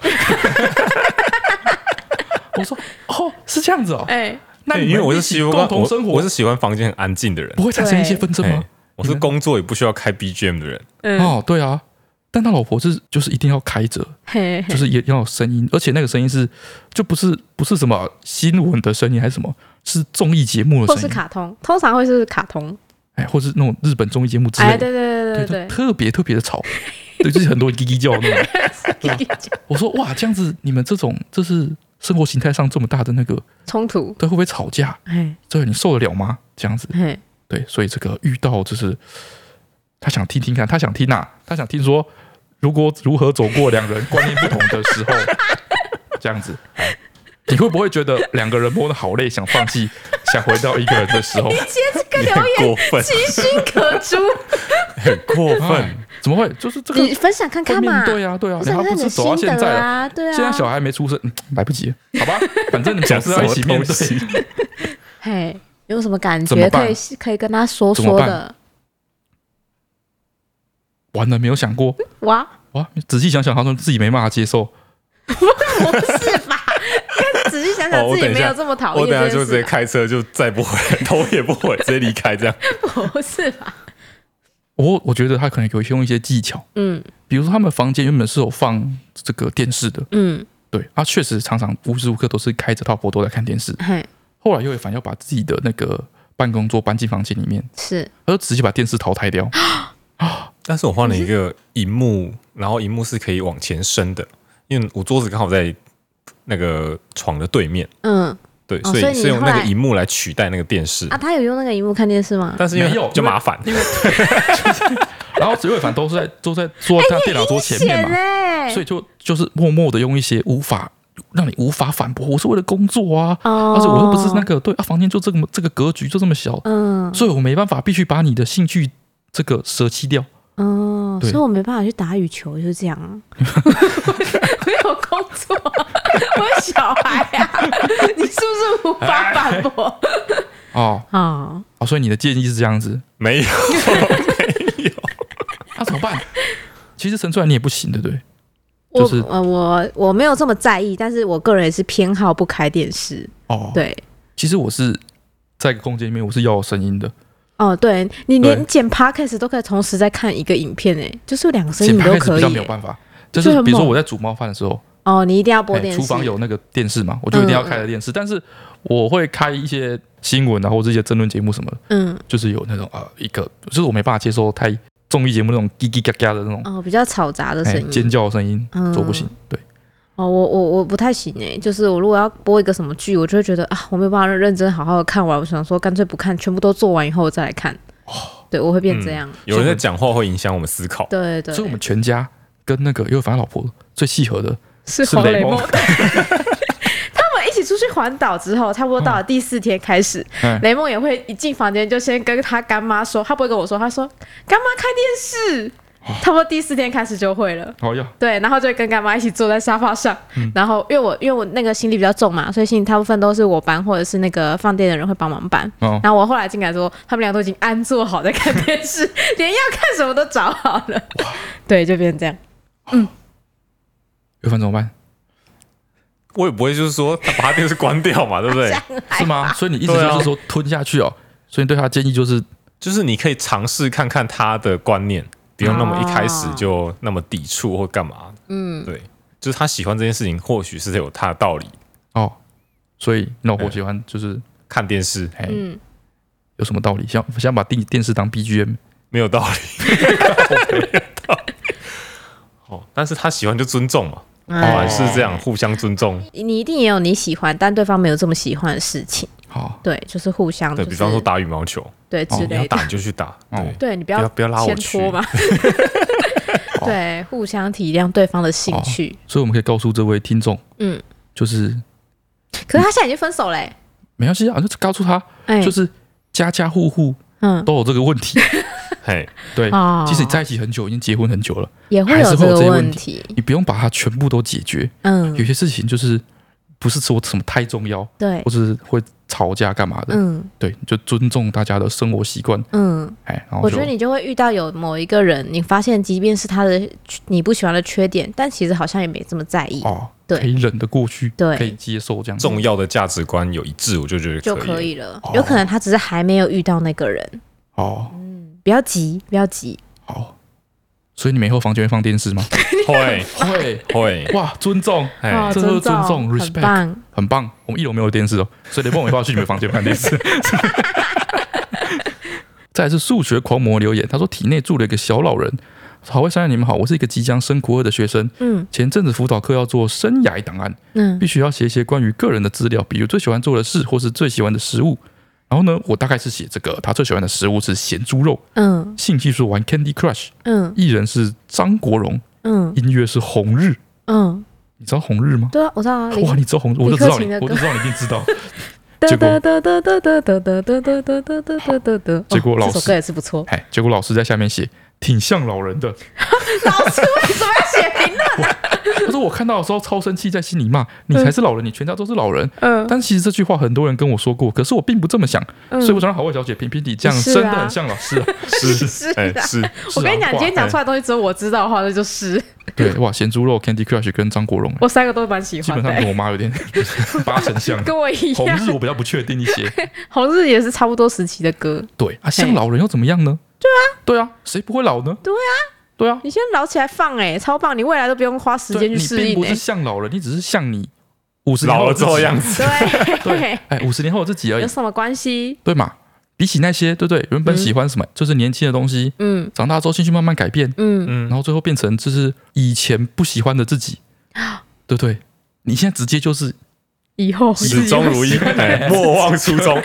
我说是这样子哦。那因为我是喜欢共同生活， 我是喜欢房间很安静的人， 不会产生一些纷争吗？ 我是工作也不需要开 BGM 的人。 对啊。但他老婆就是一定要开着，就是也要有声音，而且那个声音就不是什么新闻的声音还是什么，是综艺节目的声音， 或是卡通，通常会是卡通， 或是那种日本综艺节目之类的， 对， 特别的吵，对，就是很多叽叽叫那种。我说哇，这样子你们这是生活形态上这么大的那个冲突， 对，会不会吵架？对，你受得了吗？这样子，对，所以这个遇到就是他想听听看，他想听说。如何走过2人观念不同的时候，这样子，你会不会觉得2个人摸得好累，想放弃，想回到一个人的时候？ 你接这个留言，其心可诛， 很过分。 怎么会？就是这个你分享看看嘛。 对啊，你还不是走到现在了？ 对啊， 现在小孩还没出生，来不及了，好吧？反正你们总是要一起面对。 嘿，有什么感觉可以跟他说的？ 完了，没有想过。哇，仔细想想，好像自己没办法接受。 不是吧？仔细想想，自己没有这么讨厌。 我等下就直接开车，就再不回，头也不回，直接离开这样。 不是吧？ 我觉得他可能有用一些技巧，比如说他们房间原本是有放这个电视的，对，他确实常常无时无刻都是开着套博都在看电视。后来又一反要把自己的那个办公桌搬进房间里面， 是， 而直接把电视淘汰掉。 但是我换了一个萤幕，然后萤幕是可以往前伸的，因为我桌子刚好在那个床的对面，对，所以是用那个萤幕来取代那个电视啊。他有用那个萤幕看电视吗？ 但是因为就麻烦， 因为然后只有反都是在坐在电脑桌前面嘛，所以就是默默的用一些让你无法反驳，我是为了工作啊，而且我又不是那个对啊，房间就这个格局就这么小，所以我没办法，必须把你的兴趣这个舍弃掉。 所以我没办法去打羽球，就是这样啊。我有工作，我有小孩啊，你是不是无法反驳？ 所以你的建议是这样子？ 没有， 那怎么办？其实生出来你也不行，对不对？ 就是我没有这么在意，但是我个人也是偏好不开电视。对， 其实我是在一个空间里面，我是要有声音的。 对，你连剪 podcast 都可以同时在看一个影片就是两个声音都可以。 比较没有办法，就是比如说我在煮猫饭的时候， 你一定要播电视。 厨房有那个电视嘛，我就一定要开了电视。但是我会开一些新闻啊，或者一些争论节目什么的，就是有那种一个，就是我没办法接受太综艺节目那种叽叽嘎嘎的那种比较嘈杂的声音， 尖叫的声音，都不行。对。 我不太行就是我如果要播一个什么剧，我就会觉得我没有办法认真好好的看完，我想说干脆不看，全部都做完以后我再来看。对，我会变这样。 有人在讲话会影响我们思考。 对， 所以我们全家跟那个尤凡老婆最契合的是雷蒙。他们一起出去环岛之后，差不多到了第4天开始，雷蒙也会一进房间就先跟他干妈说，他不会跟我说，他说干妈开电视。差不多第4天开始就会了，对，然后就跟干妈一起坐在沙发上，然后因为我那个行李比较重嘛，所以行李大部分都是我搬，或者是那个放电的人会帮忙搬。然后我后来进来之后，他们俩都已经安坐好在看电视，连要看什么都找好了，对，就变成这样。 有分怎么办？ 我也不会就是说把他电视关掉嘛，对不对？ 是吗？所以你意思就是说吞下去所以你对他的建议就是你可以尝试看看他的观念。不用那么一开始就那么抵触或干嘛，对，就是他喜欢这件事情，或许是有他的道理所以老婆喜欢就是看电视， 有什么道理？想把电视当 BGM， 没有道理，没有道理。但是他喜欢就尊重嘛，是这样，互相尊重。 你一定也有你喜欢，但对方没有这么喜欢的事情。对，就是互相。 对，比方说打羽毛球， 对之类的， 你要打你就去打， 对你不要拉我去嘛。对，互相体谅对方的兴趣。 所以我们可以告诉这位听众，就是， 可是他现在已经分手嘞， 没关系啊，就告诉他，就是家家户户都有这个问题。对，即使在一起很久，已经结婚很久了， 也会有这个问题。 你不用把它全部都解决，有些事情就是不是说什么太重要， 对， 或者是会吵架干嘛的，对，就尊重大家的生活习惯， 然后我觉得你就会遇到有某一个人，你发现即便是他的你不喜欢的缺点，但其实好像也没这么在意，对， 可以忍得过去， 对， 可以接受这样重要的价值观有一致，我就觉得就可以了。有可能他只是还没有遇到那个人，不要急，不要急。 所以你们以后房间会放电视吗？会，哇，尊重，这是尊重 ，respect， 很棒。我们1楼没有电视所以雷梦没办法去你们房间看电视。再来是数学狂魔留言，他说体内住了一个小老人。好，魏珊珊，你们好，我是一个即将升国2的学生。前阵子辅导课要做生涯档案，必须要写一些关于个人的资料，比如最喜欢做的事或是最喜欢的食物。然后呢，我大概是写这个，他最喜欢的食物是咸猪肉，兴趣是玩 Candy Crush，艺人是张国荣，音乐是红日，你知道红日吗？ 对啊，我知道啊。 哇，你知道红日，我就知道你一定知道。结果老师这首歌也是不错。 结果老师在下面写， 挺像老人的。 老师为什么要写评论啊？ 他说我看到的时候超生气，在心里骂你才是老人，你全家都是老人。但其实这句话很多人跟我说过，可是我并不这么想，所以我想让好味小姐评评理，这样真的很像老师啊。 是。 我跟你讲，今天讲出来的东西只有我知道的话，那就是。 对，哇，咸猪肉、Candy Crush 跟张国荣， 我3个都蛮喜欢的， 基本上跟我妈有点8成像， 跟我一样。 红日我比较不确定一些， 红日也是差不多时期的歌。 对啊，像老人又怎么样呢？对啊，谁不会老呢？对啊， 你先老起来放超棒，你未来都不用花时间去适应。 你并不是像老人，你只是像你50年后老了之后的样子。 对 ，50年后的自己而已， 有什么关系？ 对嘛？比起那些对不对，原本喜欢什么就是年轻的东西，长大之后兴趣慢慢改变，然后最后变成就是以前不喜欢的自己，对不对？你现在直接就是以后始终如一，莫忘初衷。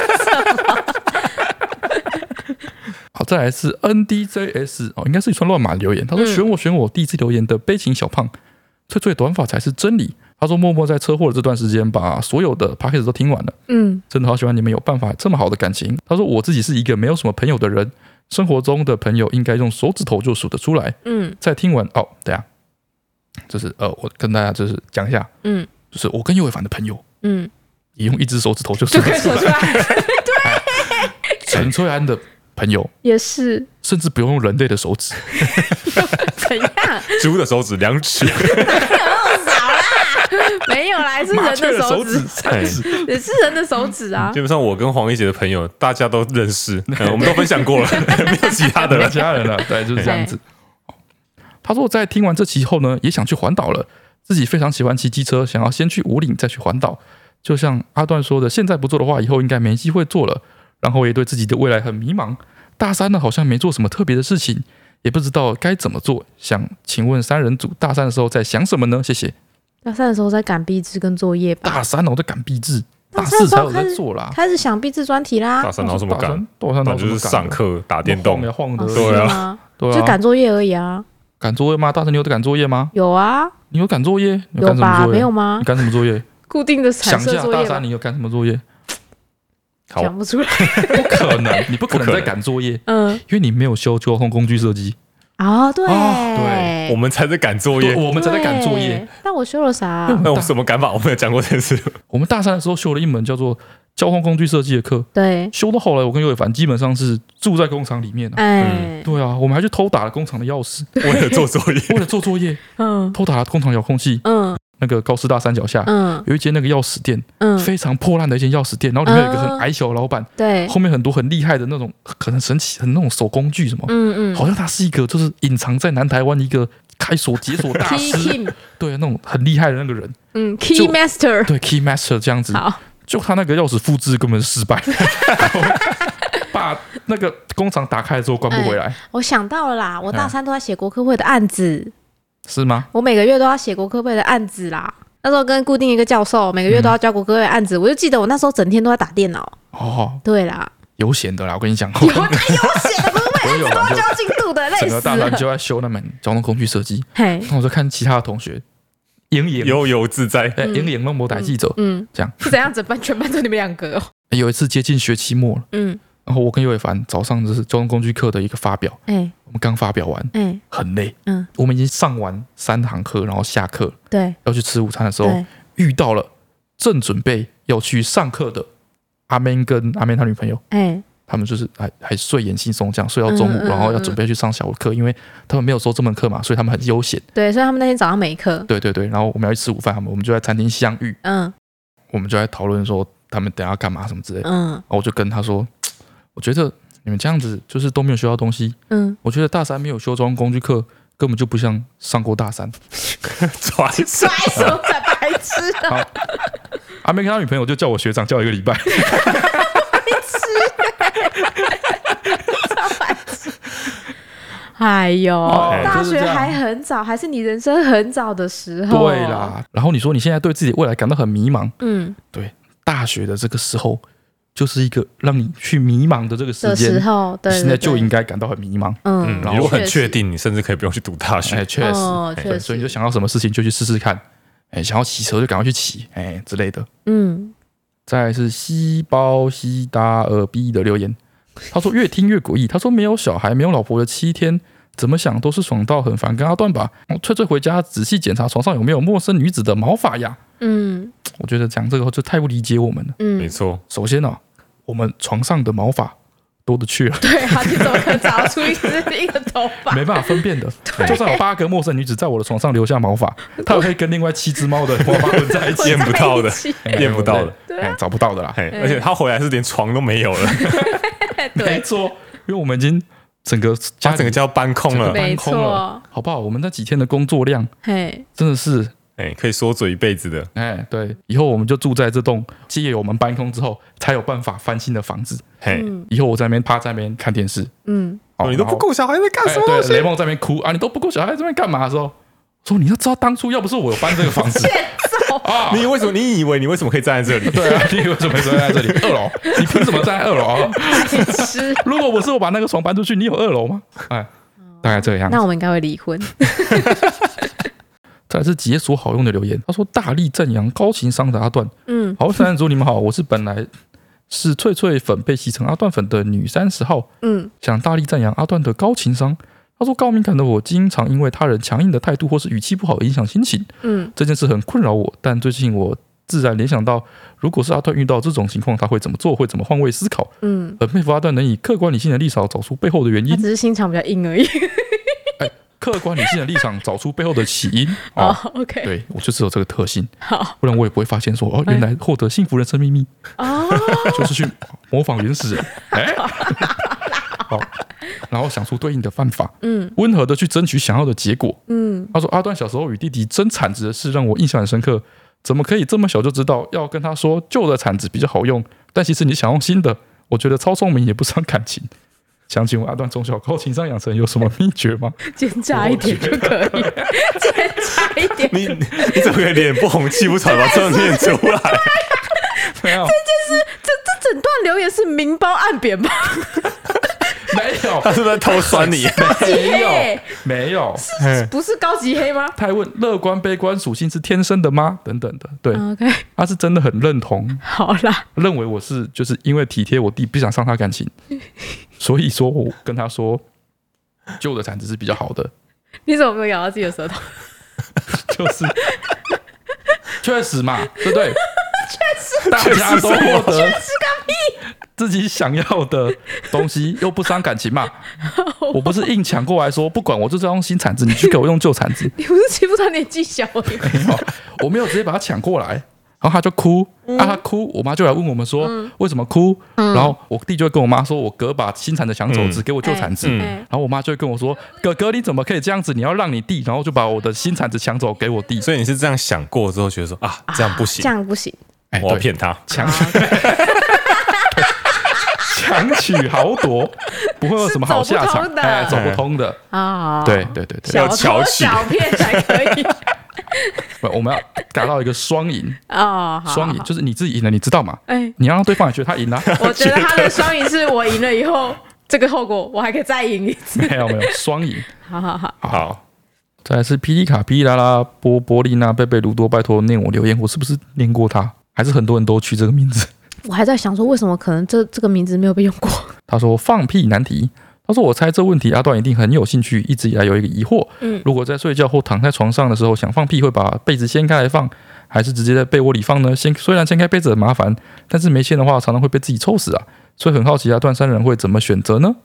好，再来是 NDJS 应该是一串乱码留言。他说选我，第一次留言的悲情小胖，最短发才是真理。他说默默在车祸的这段时间把所有的 podcast 都听完了，真的好喜欢你们有办法这么好的感情。他说我自己是一个没有什么朋友的人，生活中的朋友应该用手指头就数得出来。在听完等一下，就是我跟大家就是讲一下，就是我跟尤伟凡的朋友，也用1只手指头就数得出来。对，陈翠安的朋友也是， 甚至不用人类的手指。 怎样？ 猪的手指2指。 没有啦，是人的手指，3指，也是人的手指啊。 基本上我跟黄一姐的朋友大家都认识，我们都分享过了，没有其他的了， 其他人了，对，就是这样子。他说在听完这期后呢，也想去环岛了，自己非常喜欢骑机车，想要先去武岭再去环岛。就像阿段说的，现在不做的话，以后应该没机会做了。然后也对自己的未来很迷茫。大3呢，好像没做什么特别的事情，也不知道该怎么做。想请问3人组大3的时候在想什么呢？谢谢。 大3的时候在赶毕制跟作业吧。 大3我在赶毕制，大4才有在做啦。 开始想毕制专题啦。 大3哪有什么赶？大3就是上课打电动， 晃的。 对啊， 就赶作业而已啊。 赶作业吗？大3你有在赶作业吗？ 有啊。 你有赶作业？ 有吧？没有吗？ 你赶什么作业？ 固定的彩色作业。 想一下，大3你有赶什么作业？ 讲不出来。 不可能，你不可能在赶作业，因为你没有修交通工具设计。 对， 我们才在赶作业， 我们才在赶作业。 那我修了啥？ 那我什么赶法？我没有讲过这件事。 我们大3的时候修了一门叫做交通工具设计的课， 对， 修到后来，我跟尤伟凡基本上是住在工厂里面对啊，我们还去偷打了工厂的钥匙， 为了做作业， 偷打了工厂遥控器，那个高师大山脚下，有一间那个钥匙店，非常破烂的一间钥匙店，然后里面有一个很矮小的老板， 对， 后面很多很厉害的那种，很神奇，很那种手工具什么，好像他是一个就是隐藏在南台湾一个开锁解锁大师，对，那种很厉害的那个人 ，Key Master， 对 Key Master 这样子，就他那个钥匙复制根本是失败，把那个工厂打开之后关不回来。 我想到了啦，我大3都在写国科会的案子。 是吗？ 我每个月都要写国科会的案子啦。那时候跟固定一个教授，每个月都要交国科会的案子。我就记得我那时候整天都在打电脑。对啦， 悠闲的啦，我跟你讲， 有太悠闲了，不是为了都交进度的，累死了。整个大3就在修那门交通工具设计。那我就看其他的同学， 悠悠自在， 赢弄不带记者，这样是怎样？全班就你们2个哦。 有一次接近学期末了，然后我跟尤伟凡早上就是交通工具课的一个发表，我们刚发表完，很累，我们已经上完3堂课，然后下课， 对， 要去吃午餐的时候，遇到了正准备要去上课的阿妹跟阿妹他女朋友，他们就是还睡眼惺忪这样睡到中午，然后要准备去上小课，因为他们没有收这门课嘛，所以他们很悠闲， 对，所以他们那天早上没课， 对，然后我们要去吃午饭，我们就在餐厅相遇，我们就在讨论说他们等一下干嘛什么之类的，然后我就跟他说，我觉得你们这样子就是都没有学到东西。我觉得大3没有修交通工具课，根本就不像上过大3。 拽什么才白痴啊！ 阿妹跟他女朋友就叫我学长，叫1个礼拜。 白痴，超白痴。哎呦，大学还很早，还是你人生很早的时候。 对啦，然后你说你现在对自己未来感到很迷茫。对，大学的这个时候。就是一个让你去迷茫的这个时间， 对， 现在就应该感到很迷茫。 然后很确定，你甚至可以不用去读大学。 确实，所以你就想要什么事情就去试试看。想要骑车就赶快去骑，之类的。再来是西包西达尔 B 的留言， 他说越听越诡异。他说没有小孩没有老婆的7天，怎么想都是爽到很烦跟阿段吧。翠翠回家仔细检查床上有没有陌生女子的毛发呀。我觉得讲这个就太不理解我们了。 没错。 首先我们床上的毛发多的去了。 对啊，你怎么可能找出一个头发？ 没办法分辨的。就算有8个陌生女子在我的床上留下毛发，她也会跟另外7只猫的毛发混在一起， 验不到的，验不到的， 找不到的啦。 而且她回来是连床都没有了。 没错，因为我们已经整个家要搬空了， 没错， 好不好？我们那几天的工作量，真的是。 可以缩嘴一辈子的。 对，以后我们就住在这栋借由我们搬空之后才有办法翻新的房子。以后我在那边趴在那边看电视。 你都不顾小孩在干什么？ 对，雷梦在那边哭啊，你都不顾小孩在那边干嘛的时候，说你要知道当初要不是我有搬这个房子， 你以为你为什么可以站在这里？ 对啊，你为什么可以站在这里？2楼，你凭什么站在2楼啊？如果不是我把那个床搬出去，你有2楼吗？大概这个样子。 那我们应该会离婚。 再来是解锁好用的留言，他说大力赞扬高情商的阿段。好，三人组你们好，我是本来是翠翠粉被洗成阿段粉的女30号。想大力赞扬阿段的高情商。他说高敏感的我经常因为他人强硬的态度或是语气不好影响心情。这件事很困扰我，但最近我自然联想到，如果是阿段遇到这种情况，他会怎么做，会怎么换位思考。很佩服阿段能以客观理性的立场找出背后的原因。 他只是心肠比较硬而已。 客观理性的立场找出背后的起因。 OK， 对， 我就是有这个特性，不然我也不会发现说原来获得幸福人生秘密就是去模仿原始人。然后想出对应的办法，温和的去争取想要的结果。他说阿段小时候与弟弟争铲子的事让我印象很深刻，怎么可以这么小就知道要跟他说旧的铲子比较好用，但其实你想用新的，我觉得超聪明也不伤感情。想请问阿段从小高情商养成有什么秘诀吗？ 奸诈一点就可以，奸诈一点。 你怎么可以脸不红气不喘把这念出来？ 没有， 这件事，这整段留言是明褒暗贬吧？ 没有， 他是不是在偷酸你？ 没有， 不是高级黑吗？ 他还问乐观悲观属性是天生的吗？等等的，对 ，OK， 他是真的很认同。 好啦， 认为我是就是因为体贴我弟，不想伤他感情，所以说我跟他说旧的铲子是比较好的。 你怎么没有咬到自己的舌头？ 就是确实嘛，对不对？确实，大家都获得自己想要的东西，又不伤感情嘛。我不是硬抢过来说，不管我就是要用新铲子，你去给我用旧铲子。 你不是欺负他年纪小而已？ 没有，我没有直接把他抢过来，然后他就哭，他哭，我妈就来问我们说为什么哭，然后我弟就会跟我妈说，我哥把新铲子抢走，只给我旧铲子，然后我妈就会跟我说，哥哥你怎么可以这样子？你要让你弟，然后就把我的新铲子抢走给我弟。 所以你是这样想过之后，觉得说这样不行， 这样不行， 我要骗他， 强取豪夺，不会有什么好下场，走不通的啊！对， 要巧取小骗才可以。 我们要达到一个双赢双赢就是你自己赢了，你知道吗？你要让对方也觉得他赢了。 我觉得他的双赢是我赢了以后，这个后果我还可以再赢一次。 没有双赢。 好。 再来是霹雳卡、霹雳拉拉、波丽娜、贝贝鲁多，拜托念我留言，我是不是念过他？还是很多人都取这个名字？ 我还在想说，为什么可能这个名字没有被用过？ 他说放屁难题。他说我猜这问题阿段一定很有兴趣，一直以来有一个疑惑，如果在睡觉或躺在床上的时候想放屁，会把被子掀开来放，还是直接在被窝里放呢？虽然掀开被子很麻烦，但是没掀的话常常会被自己臭死啊，所以很好奇阿段3人会怎么选择呢？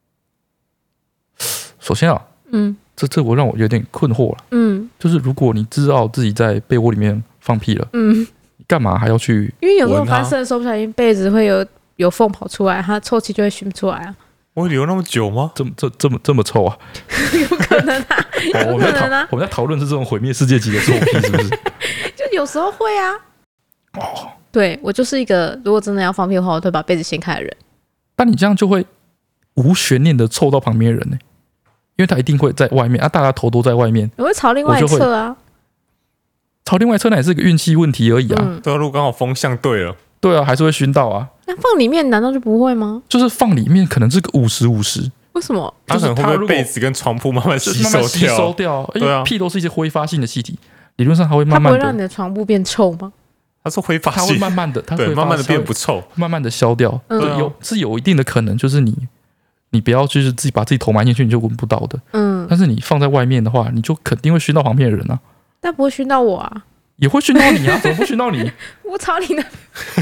首先这我让我有点困惑了，就是如果你知道自己在被窝里面放屁了，干嘛还要去？ 因为有时候翻身的时候不小心被子会有缝跑出来，它臭气就会熏出来啊。 我留那么久吗？ 这么臭啊？ 有可能啊，有可能啊。 我们在讨论是这种毁灭世界级的臭屁，是不是？ 就有时候会啊。对，我就是一个如果真的要放屁的话，我会把被子掀开的人。 但你这样就会无悬念的臭到旁边的人呢，因为他一定会在外面啊，大家头都在外面， 我会朝另外一侧啊。 朝另外一侧那也是个运气问题而已啊。 对啊，如果刚好风向对了， 对啊，还是会熏到啊。 那放里面难道就不会吗？ 就是放里面可能是个50-50。 为什么？ 它可能会被被子跟床铺慢慢吸收掉， 因为屁都是一些挥发性的气体，理论上它会慢慢的。 它不会让你的床铺变臭吗？ 它是挥发性， 它会慢慢的， 对，慢慢的变不臭， 慢慢的消掉。对，有一定的可能，就是你不要就是自己把自己头埋进去，你就闻不到的。但是你放在外面的话，你就肯定会熏到旁边的人啊。 但不会熏到我啊。 也会熏到你啊？怎么不熏到你？ 我操你的！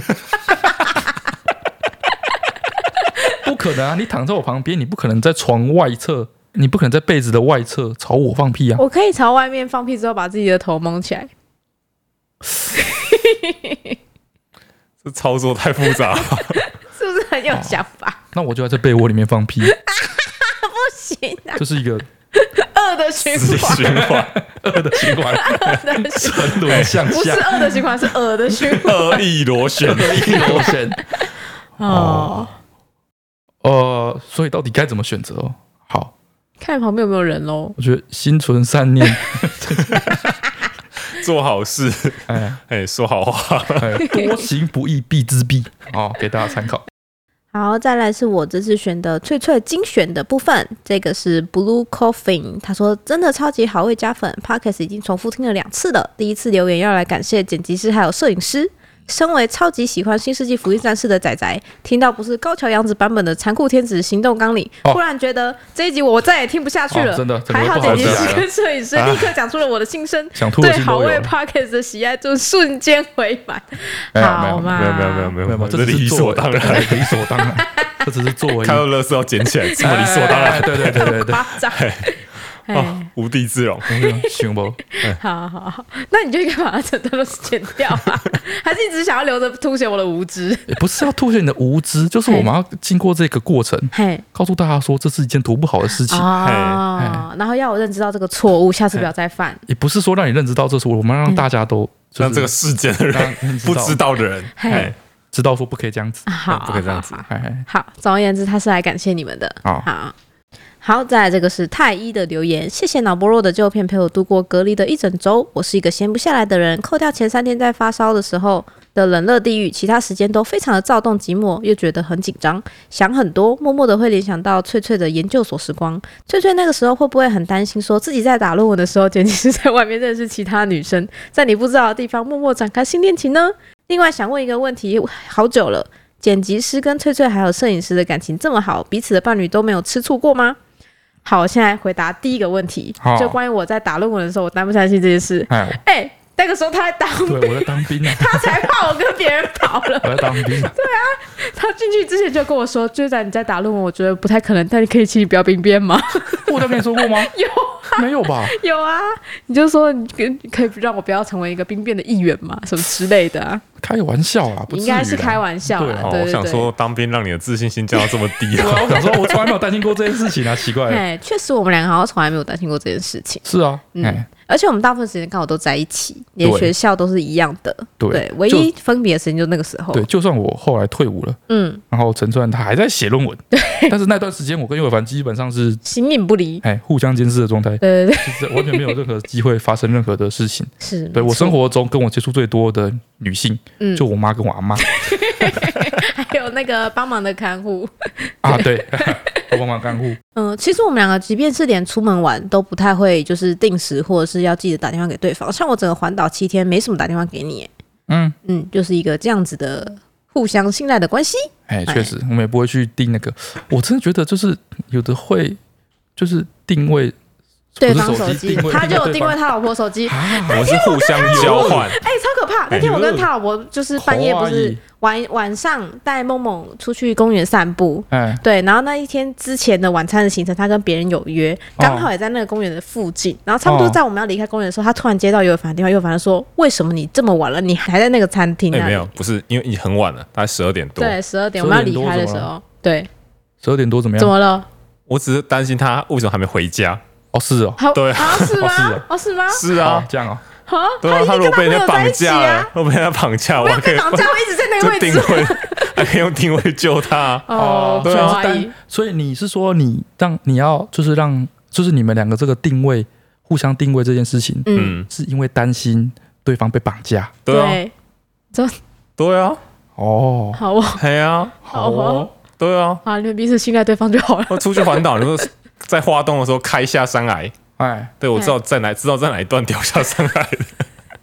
不可能啊！你躺在我旁边，你不可能在床外侧，你不可能在被子的外侧朝我放屁啊！ 我可以朝外面放屁之后，把自己的头蒙起来。 这操作太复杂了， 是不是很有想法？ 那我就在被窝里面放屁。 不行啊！ 这是一个恶的循环， 恶的循环，沉沦向下。 不是恶的循环，是恶的循环， 恶意螺旋， 所以到底该怎么选择？好， 看旁边有没有人咯。 我觉得心存善念， 做好事，说好话， 多行不义必自毙。给大家参考。 好，再来是我这次选的翠翠精选的部分，这个是 Blue Coffin， 他说真的超级好味加粉 Podcast 已经重复听了2次了，第一次留言要来感谢剪辑师还有摄影师。身为超级喜欢新世纪福音战士的仔仔，听到不是高桥洋子版本的残酷天使行动纲领，忽然觉得这一集我再也听不下去了。 真的， 还好剪辑师跟摄影师立刻讲出了我的心声，对好味 Podcast 的喜爱就瞬间回满。好嘛， 没有，这是理所当然， 理所当然，这只是作为看到垃圾要捡起来，这么理所当然。 对， 夸张。 无地自容， 行不？ 好，那你就应该把它整段都剪掉啊？还是你只是想要留着凸显我的无知？ 不是要凸显你的无知，就是我们要经过这个过程，告诉大家说这是一件多不好的事情， 然后要我认知到这个错误，下次不要再犯。 也不是说让你认知到这错误，我们让大家都让这个世界的人不知道的人， 知道说不可以这样子， 不可以这样子。 好，总而言之，他是来感谢你们的。好，再来这个是太一的留言，谢谢脑波弱的旧片陪我度过隔离的1整周。我是一个闲不下来的人，扣掉前3天在发烧的时候的冷热地狱，其他时间都非常的躁动寂寞，又觉得很紧张，想很多，默默的会联想到翠翠的研究所时光。翠翠那个时候会不会很担心，说自己在打论文的时候，剪辑师在外面认识其他女生，在你不知道的地方默默展开新恋情呢？另外想问一个问题，好久了，剪辑师跟翠翠还有摄影师的感情这么好，彼此的伴侣都没有吃醋过吗？好，我现在回答第一个问题，就关于我在打论文的时候，我担不担心这件事。那个时候他在当兵， 对，我在当兵啊， 他才怕我跟别人跑了。 我在当兵，对啊，他进去之前就跟我说，就是在你在打论文，我觉得不太可能，但你可以请你不要兵变吗？ 我有跟你说过吗？ 有啊， 没有吧？ 有啊，你就说你可以让我不要成为一个兵变的一员嘛，什么之类的啊。 开玩笑啦，不应该是开玩笑啦。对， 我想说当兵让你的自信心降到这么低啊！ 我想说，我从来没有担心过这件事情啊，奇怪。 确实我们2个好像从来没有担心过这件事情。 是啊， 而且我们大部分时间刚好都在一起，连学校都是一样的。对，唯一分别的时间就那个时候。 对，就算我后来退伍了，然后陈川他还在写论文，但是那段时间我跟尤伟凡基本上是形影不离， 互相监视的状态， 对， 就是完全没有任何机会发生任何的事情。 是， 对我生活中跟我接触最多的女性，就我妈跟我阿妈， 还有那个帮忙的看护啊，对，帮忙看护。 其实我们2个即便是连出门玩都不太会，就是定时或者是要记得打电话给对方。像我整个环岛7天没什么打电话给你，就是一个这样子的互相信赖的关系。 确实，我们也不会去定那个。我真的觉得就是有的会就是定位对方手机，他就有定位他老婆手机， 我是互相交换。 超可怕！那天我跟他老婆就是半夜不是晚上带梦梦出去公园散步，对，然后那一天之前的晚餐的行程，他跟别人有约，刚好也在那个公园的附近，然后差不多在我们要离开公园的时候，他突然接到尤伟凡的电话，尤伟凡说：“为什么你这么晚了，你还在那个餐厅？” 没有，不是，因为很晚了，大概12点多。 对，12点我们要离开的时候，对 ，12点多怎么样？ 怎么了？ 我只是担心他为什么还没回家。 是哦， 对啊，是吗？是吗？ 是啊， 这样啊。 对啊，他如果被人家绑架了，我被他绑架， 我可以绑架，我一直在那个位置， 还可以用定位救他。 对啊，所以你是说你要就是就是你们2个这个定位互相定位这件事情，是因为担心对方被绑架？ 对啊，对啊， 好啊， 对啊， 好啊， 对啊， 你们彼此信赖对方就好了。 我出去环岛，你说在花东的时候开下山崖，对，我知道在哪一段掉下山崖的。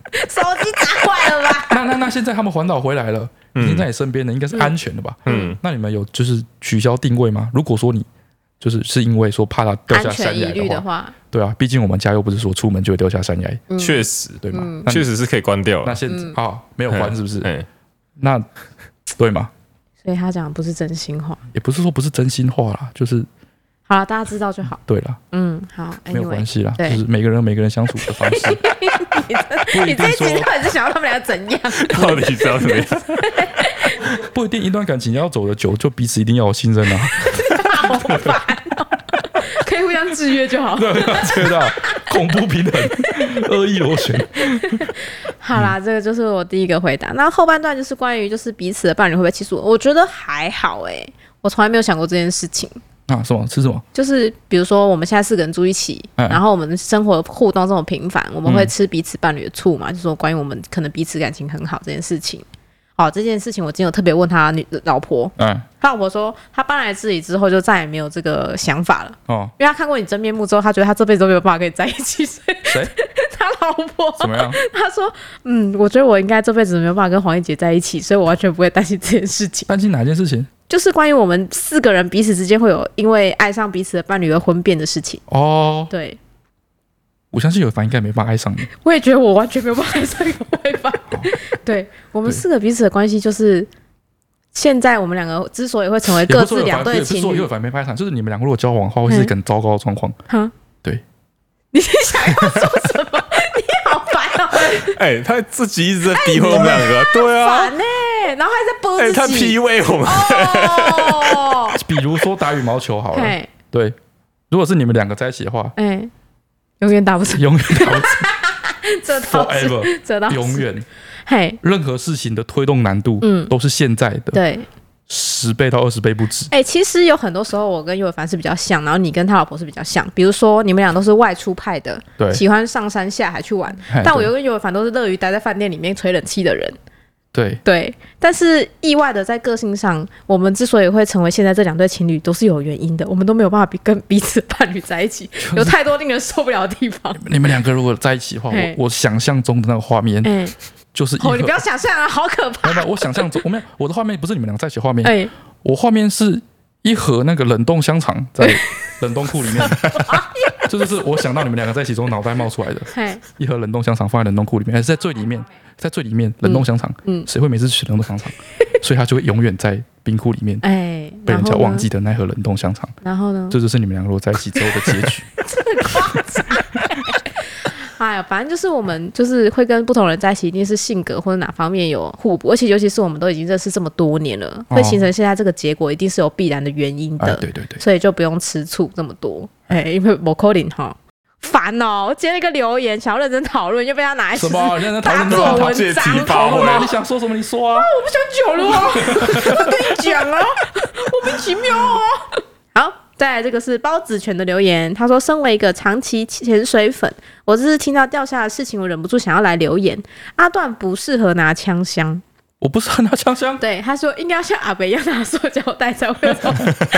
手机砸坏了吧？ 那现在他们环岛回来了，已经在你身边了，应该是安全的吧？那你们有就是取消定位吗？如果说你是因为说怕它掉下山崖的话，对啊，毕竟我们家又不是说出门就会掉下山崖， 确实对吗？ 确实是可以关掉。 那现在没有关是不是？那对吗？ 所以他讲的不是真心话， 也不是说不是真心话啦，就是好了，大家知道就好。 对了， 好， 没有关系啦，就是每个人有每个人相处的方式。 你这一集到底是想要他们俩怎样？ 到底是要怎么样？ 不一定一段感情要走得久，就彼此一定要有信任啊。 好烦哦，可以互相制约就好。 对，知道恐怖平衡，恶意螺旋。 好啦，这个就是我第一个回答。那后半段就是关于就是彼此的伴侣会不会欺负我？我觉得还好我从来没有想过这件事情。 什么吃什么？就是比如说我们现在4个人住一起，然后我们生活互动这么频繁，我们会吃彼此伴侣的醋嘛？就是说关于我们可能彼此感情很好这件事情。这件事情我今天有特别问他老婆，他老婆说他搬来这里之后就再也没有这个想法了，因为他看过你真面目之后，他觉得他这辈子都没有办法跟你在一起。 谁？ 他老婆怎么样？ 他说我觉得我应该这辈子没有办法跟黄奕杰在一起，所以我完全不会担心这件事情。 担心哪件事情？ 就是关于我们4个人彼此之间会有因为爱上彼此的伴侣而婚变的事情。对， 我相信有凡应该没办法爱上你。 我也觉得我完全没有办法爱上有凡。对，我们4个彼此的关系就是现在我们2个之所以会成为各自2对情侣， 不是有凡没办法爱上，就是你们2个如果交往的话，会是一个很糟糕的状况。对， 你想要说什么？你好烦哦！ 他自己一直在诋毁我们2个，对啊， 烦然后还在播自己， 他 PUA 我们。 比如说打羽毛球好了，对，如果是你们2个在一起的话， 永远打不成， 永远打不成。 这倒是 forever， 这倒是永远。任何事情的推动难度，都是现在的对 10倍到20倍不止。 其实有很多时候我跟尤伟凡是比较像，然后你跟他老婆是比较像。比如说你们俩都是外出派的，喜欢上山下海去玩，但我跟尤伟凡都是乐于待在饭店里面吹冷气的人。对，但是意外的在个性上，我们之所以会成为现在这2对情侣，都是有原因的。我们都没有办法跟彼此伴侣在一起，有太多令人受不了的地方。 你们2个如果在一起的话，我想象中的那个画面，就是你不要想象啊，好可怕！ 没有，我想象中我的画面不是你们2个在一起的画面，我画面是一盒那个冷冻香肠在冷冻库里面。这就是我想到你们2个在一起之后脑袋冒出来的。一盒冷冻香肠放在冷冻库里面，还是在最里面？在最里面冷冻香肠，谁会每次吃冷冻香肠？所以它就会永远在冰库里面，被人家忘记的那盒冷冻香肠。 然后呢？ 这就是你们2个如果在一起之后的结局。 真的夸张。反正就是我们就是会跟不同人在一起，一定是性格或者哪方面有互补，而且尤其是我们都已经认识这么多年了，会形成现在这个结果，一定是有必然的原因的。 对， 所以就不用吃醋这么多。因为没可能哈。烦哦！我接了一个留言，想要认真讨论，又被他拿来什么认真讨论做文章。 你想说什么？你说啊！ 我不想讲了啊！我跟你讲啊，莫名其妙啊！好，再来这个是包子权的留言，他说：“身为一个长期潜水粉，我这次听到掉下的事情，我忍不住想要来留言。阿段不适合拿枪箱。” 我不是很拿枪箱， 对他说应该要像阿北一样拿塑胶袋才会有一种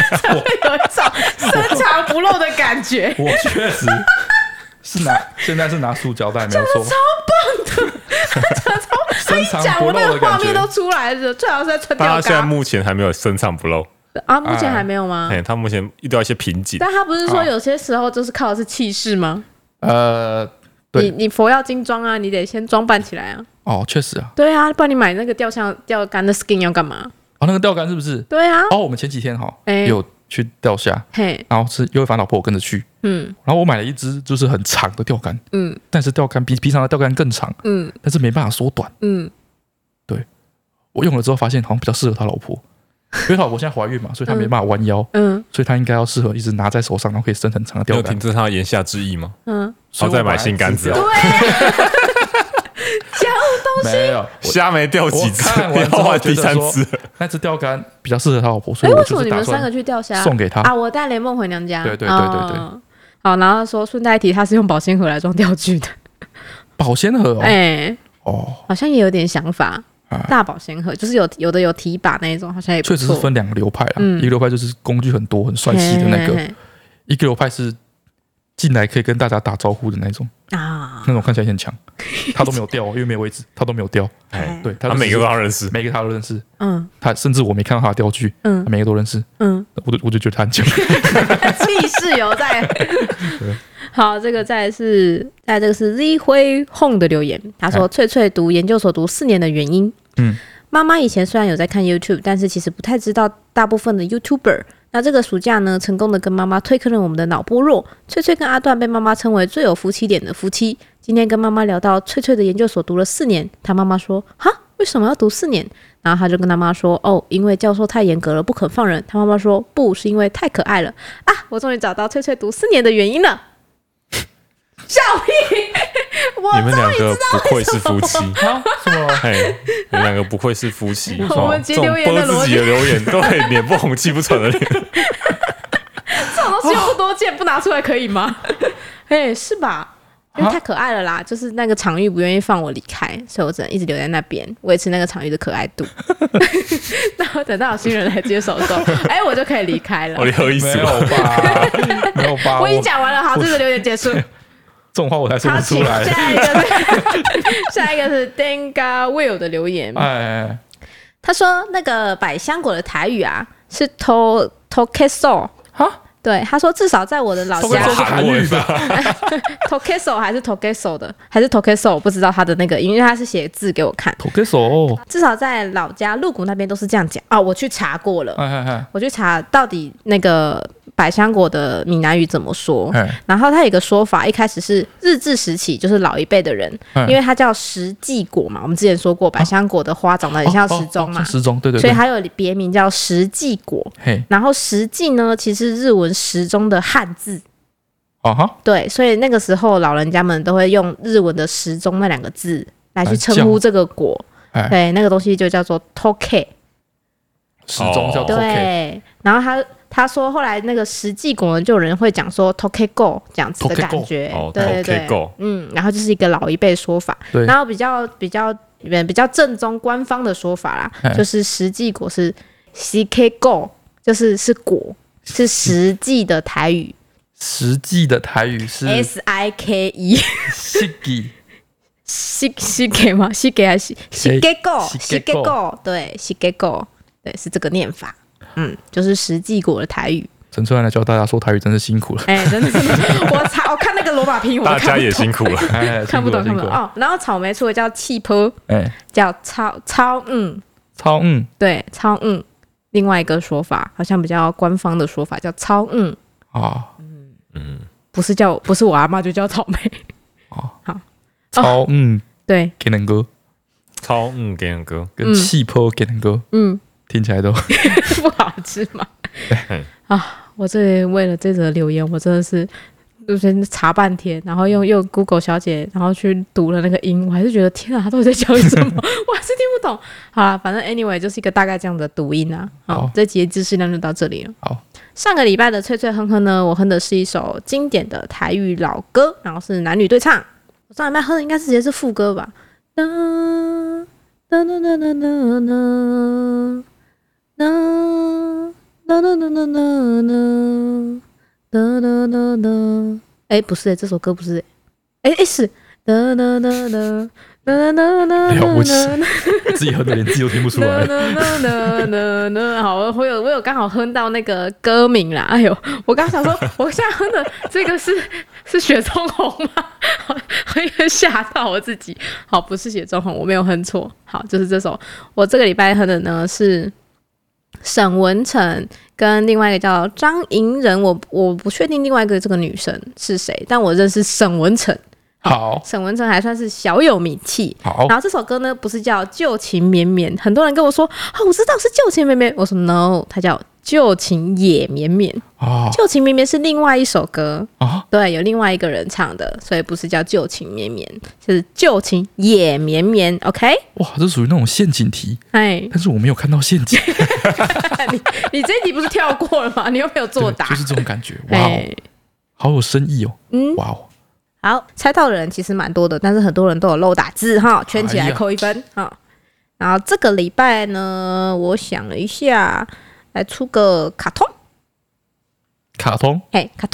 深藏不露的感觉。 我确实是现在是拿塑胶袋没有错， 超棒的，深藏不露的感觉。我那个画面都出来了，最好是在穿吊嘎。 他现在目前还没有深藏不露啊，目前还没有吗？ 他目前遇到一些瓶颈， 但他不是说有些时候就是靠的是气势吗？你佛要金装啊，你得先装扮起来啊。 确实啊。 对啊，不然你买那个钓竿的 skin 要干嘛？ 那个钓竿是不是？ 对啊。 我们前几天有去钓虾，然后是尤伟凡老婆我跟着去，然后我买了一支就是很长的钓竿，但是钓竿比平常的钓竿更长，但是没办法缩短，对，我用了之后发现好像比较适合他老婆。因为他老婆现在怀孕嘛，所以他没办法弯腰，所以他应该要适合一直拿在手上，然后可以伸很长的钓竿。 有听这他言下之意吗？然后再买新杆子。 对，假东西没有， 虾没钓几次， 要换第3次。 那只钓竿比较适合他老婆，所以为什么你们3个去钓虾？ 送给他啊！我带雷梦回娘家。 对。 好，然后说顺带一提，他是用保鲜盒来装钓具的。 保鲜盒好像也有点想法。大保鲜盒就是有的有提把那一种，好像也不错。 确实是分2个流派啦，一个流派就是工具很多很帅气的那个，一个流派是进来可以跟大家打招呼的那种啊，那种看起来很强，他都没有掉，因为没有位置，他都没有掉。对， 他每个都认识， 每个他都认识。他甚至我没看到他的钓具，他每个都认识。我就觉得他很强， 气势犹在。好，这个这个是 Z 辉 Home 的留言，他说翠翠读研究所读4年的原因。妈妈以前虽然有在看 YouTube， 但是其实不太知道大部分的 YouTuber。那这个暑假呢，成功的跟妈妈推坑了我们的脑波弱。翠翠跟阿段被妈妈称为最有夫妻脸的夫妻。今天跟妈妈聊到翠翠的研究所读了4年，她妈妈说：“哈，为什么要读4年？”然后她就跟她妈说：“哦，因为教授太严格了，不肯放人。”她妈妈说：“不是因为太可爱了啊！”我终于找到翠翠读4年的原因了。笑屁！ 你们两个不愧是夫妻啊？什么？你们两个不愧是夫妻。 我们接留言的自己的留言都可以脸不红气不喘的脸。 这种东西又不多见，不拿出来可以吗？是吧？因为太可爱了啦，就是那个场域不愿意放我离开，所以我只能一直留在那边，维持那个场域的可爱度。那等到有新人来接手的时候，我就可以离开了。 你好意思没有吧？没有吧？ 我已经讲完了，好，这个留言结束。 这种话我才说不出来。 下一个是 Denga Will 的留言。他说那个百香果的台语啊是 Tokeso 哈。对，他说至少在我的老家韩语吧 ，Tokeso 还是 Tokeso 的，还是 Tokeso， 我不知道他的那个，因为他是写字给我看。 Tokeso 至少在老家鹿谷那边都是这样讲啊，我去查过了，我去查到底那个百香果的闽南语怎么说，然后他有一个说法，一开始是日治时期，就是老一辈的人，因为它叫石季果嘛，我们之前说过百香果的花长得很像时钟嘛， 时钟对， 所以还有别名叫石季果。然后石季呢，其实日文时钟的汉字。对，所以那个时候老人家们都会用日文的时钟那2个字来去称呼这个果，对，那个东西就叫做 Toke， 时钟叫 Toke。 对，然后他说后来那个实际果呢，就有人会讲说 Toke Go 这样子的感觉，对，然后就是一个老一辈说法，然后比较正宗官方的说法啦，就是实际果是 CK Go， 就是果，是实际的台语。 实际的台语是 SIKE， SIKE 吗？ SIKE 还是 SIKE Go？ 对， SIKE Go， 对，是这个念法。就是实际果的台语。 陈春兰来教大家说台语真是辛苦了。 真的，我看那个罗马拼音， 大家也辛苦了， 看不懂哦。然后草莓出的叫气泡，叫超对，超另外一个说法，好像比较官方的说法叫超不是我阿嬷就叫草莓。好， 超对， 给人歌， 超给人歌， 跟气泡给人歌，听起来都不好吃嘛。我这里为了这则留言，我真的是就是查半天，然后用 Google 小姐，然后去读了那个音，我还是觉得天啊，他到底在教什么？我还是听不懂。好啦，反正 anyway 就是一个大概这样的读音啊。好，这集的知识量就到这里了。 好， 上个礼拜的脆脆哼哼呢，我哼的是一首经典的台语老歌，然后是男女对唱。我上礼拜哼的应该是直接是副歌吧。哒哒哒哒哒哒哒哒哒哒哒哒哒哒哒，不是，这首歌不是，是哒哒哒哒哒哒哒， 了不起，自己哼的连字都听不出来。 好，我有刚好哼到那个歌名啦。哎呦，我刚想说，我现在哼的这个是雪中红吗？我有点吓到我自己。好，不是雪中红，我没有哼错。好，就是这首。我这个礼拜哼的呢是沈文成跟另外一个叫张莹人，我不确定另外一个这个女生是谁，但我认识沈文成。 好， 沈文成还算是小有名气。 好， 然后这首歌呢不是叫旧情绵绵，很多人跟我说我知道是旧情绵绵，我说 no， 它叫旧情也绵绵。旧情绵绵是另外一首歌，对，有另外一个人唱的，所以不是叫旧情绵绵，就是旧情也绵绵。 OK， 哇，这属于那种陷阱题，但是我没有看到陷阱。 你这一题不是跳过了吗？你又没有作答， 就是这种感觉。哇好有深意哦。哇好，猜到的人其实蛮多的，但是很多人都有漏打字哈，圈起来扣1分哈。然后这个礼拜呢，我想了一下，来出个卡通。 卡通？ 卡通。 你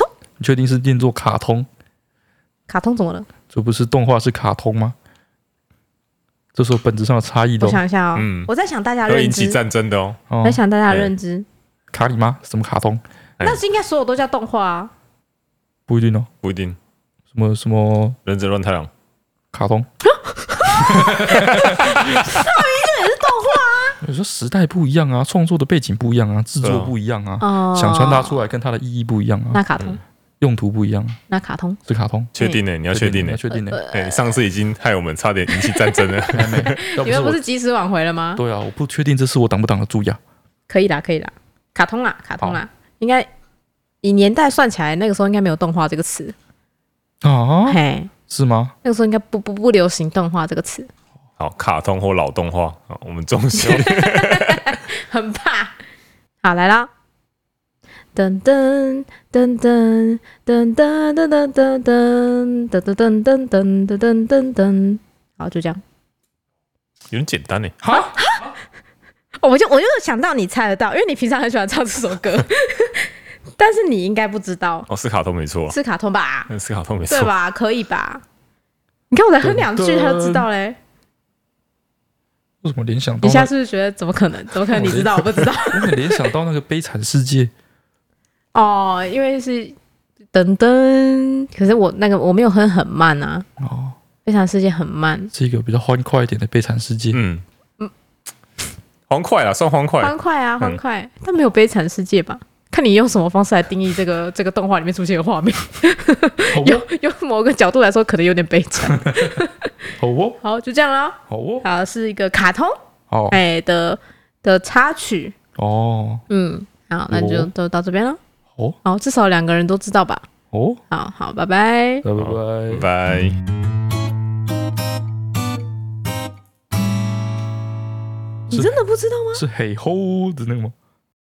你确定是念作卡通？ 卡通怎么了？ 这不是动画是卡通吗？这是有本质上的差异的。 我想一下哦，我在想大家认知， 会引起战争的哦。 我在想大家认知。 卡里吗？什么卡通？ 那是应该所有都叫动画啊？ 不一定哦， 不一定。 什么忍者乱太郎？ 卡通？ 那明显也是动画啊！ 有时候时代不一样啊，创作的背景不一样啊，制作不一样啊，想传达出来跟它的意义不一样啊。 那卡通？ 用途不一样， 那卡通是卡通， 确定呢？你要确定呢？ 确定呢？ 上次已经害我们差点引起战争了。 你们不是及时挽回了吗？ 对啊，我不确定这次我挡不挡得住呀。 可以啦，卡通啦，应该以年代算起来，那个时候应该没有动画这个词啊？嘿，是吗？ 那个时候应该不流行动画这个词。 好，卡通或老动画，我们中心很怕。好，来啦。噔噔噔噔噔噔噔噔噔噔噔噔噔噔噔噔噔，好，就这样。 有点简单呢。 哈，我就想到你猜得到，因为你平常很喜欢唱这首歌，但是你应该不知道。 是卡通没错， 是卡通吧？ 是卡通没错， 对吧？可以吧？你看我才哼2句，他就知道嘞。 为什么联想到？ 你现在是不是觉得怎么可能？怎么可能？你知道我不知道？ 我联想到那个《悲惨世界》。 哦，因为是噔噔，可是我没有哼很慢啊。哦，悲惨世界很慢， 是一个比较欢快一点的悲惨世界。 欢快啊，算欢快， 欢快，但没有悲惨世界吧？看你用什么方式来定义这个动画里面出现的画面。有某个角度来说，可能有点悲惨。 好哦， 好，就这样啦。 好哦， 好，是一个卡通的插曲。哦，好，那就都到这边了。哦，好，至少2个人都知道吧？哦，好，拜拜， 拜拜。 你真的不知道吗？ 是嘿吼的那个吗？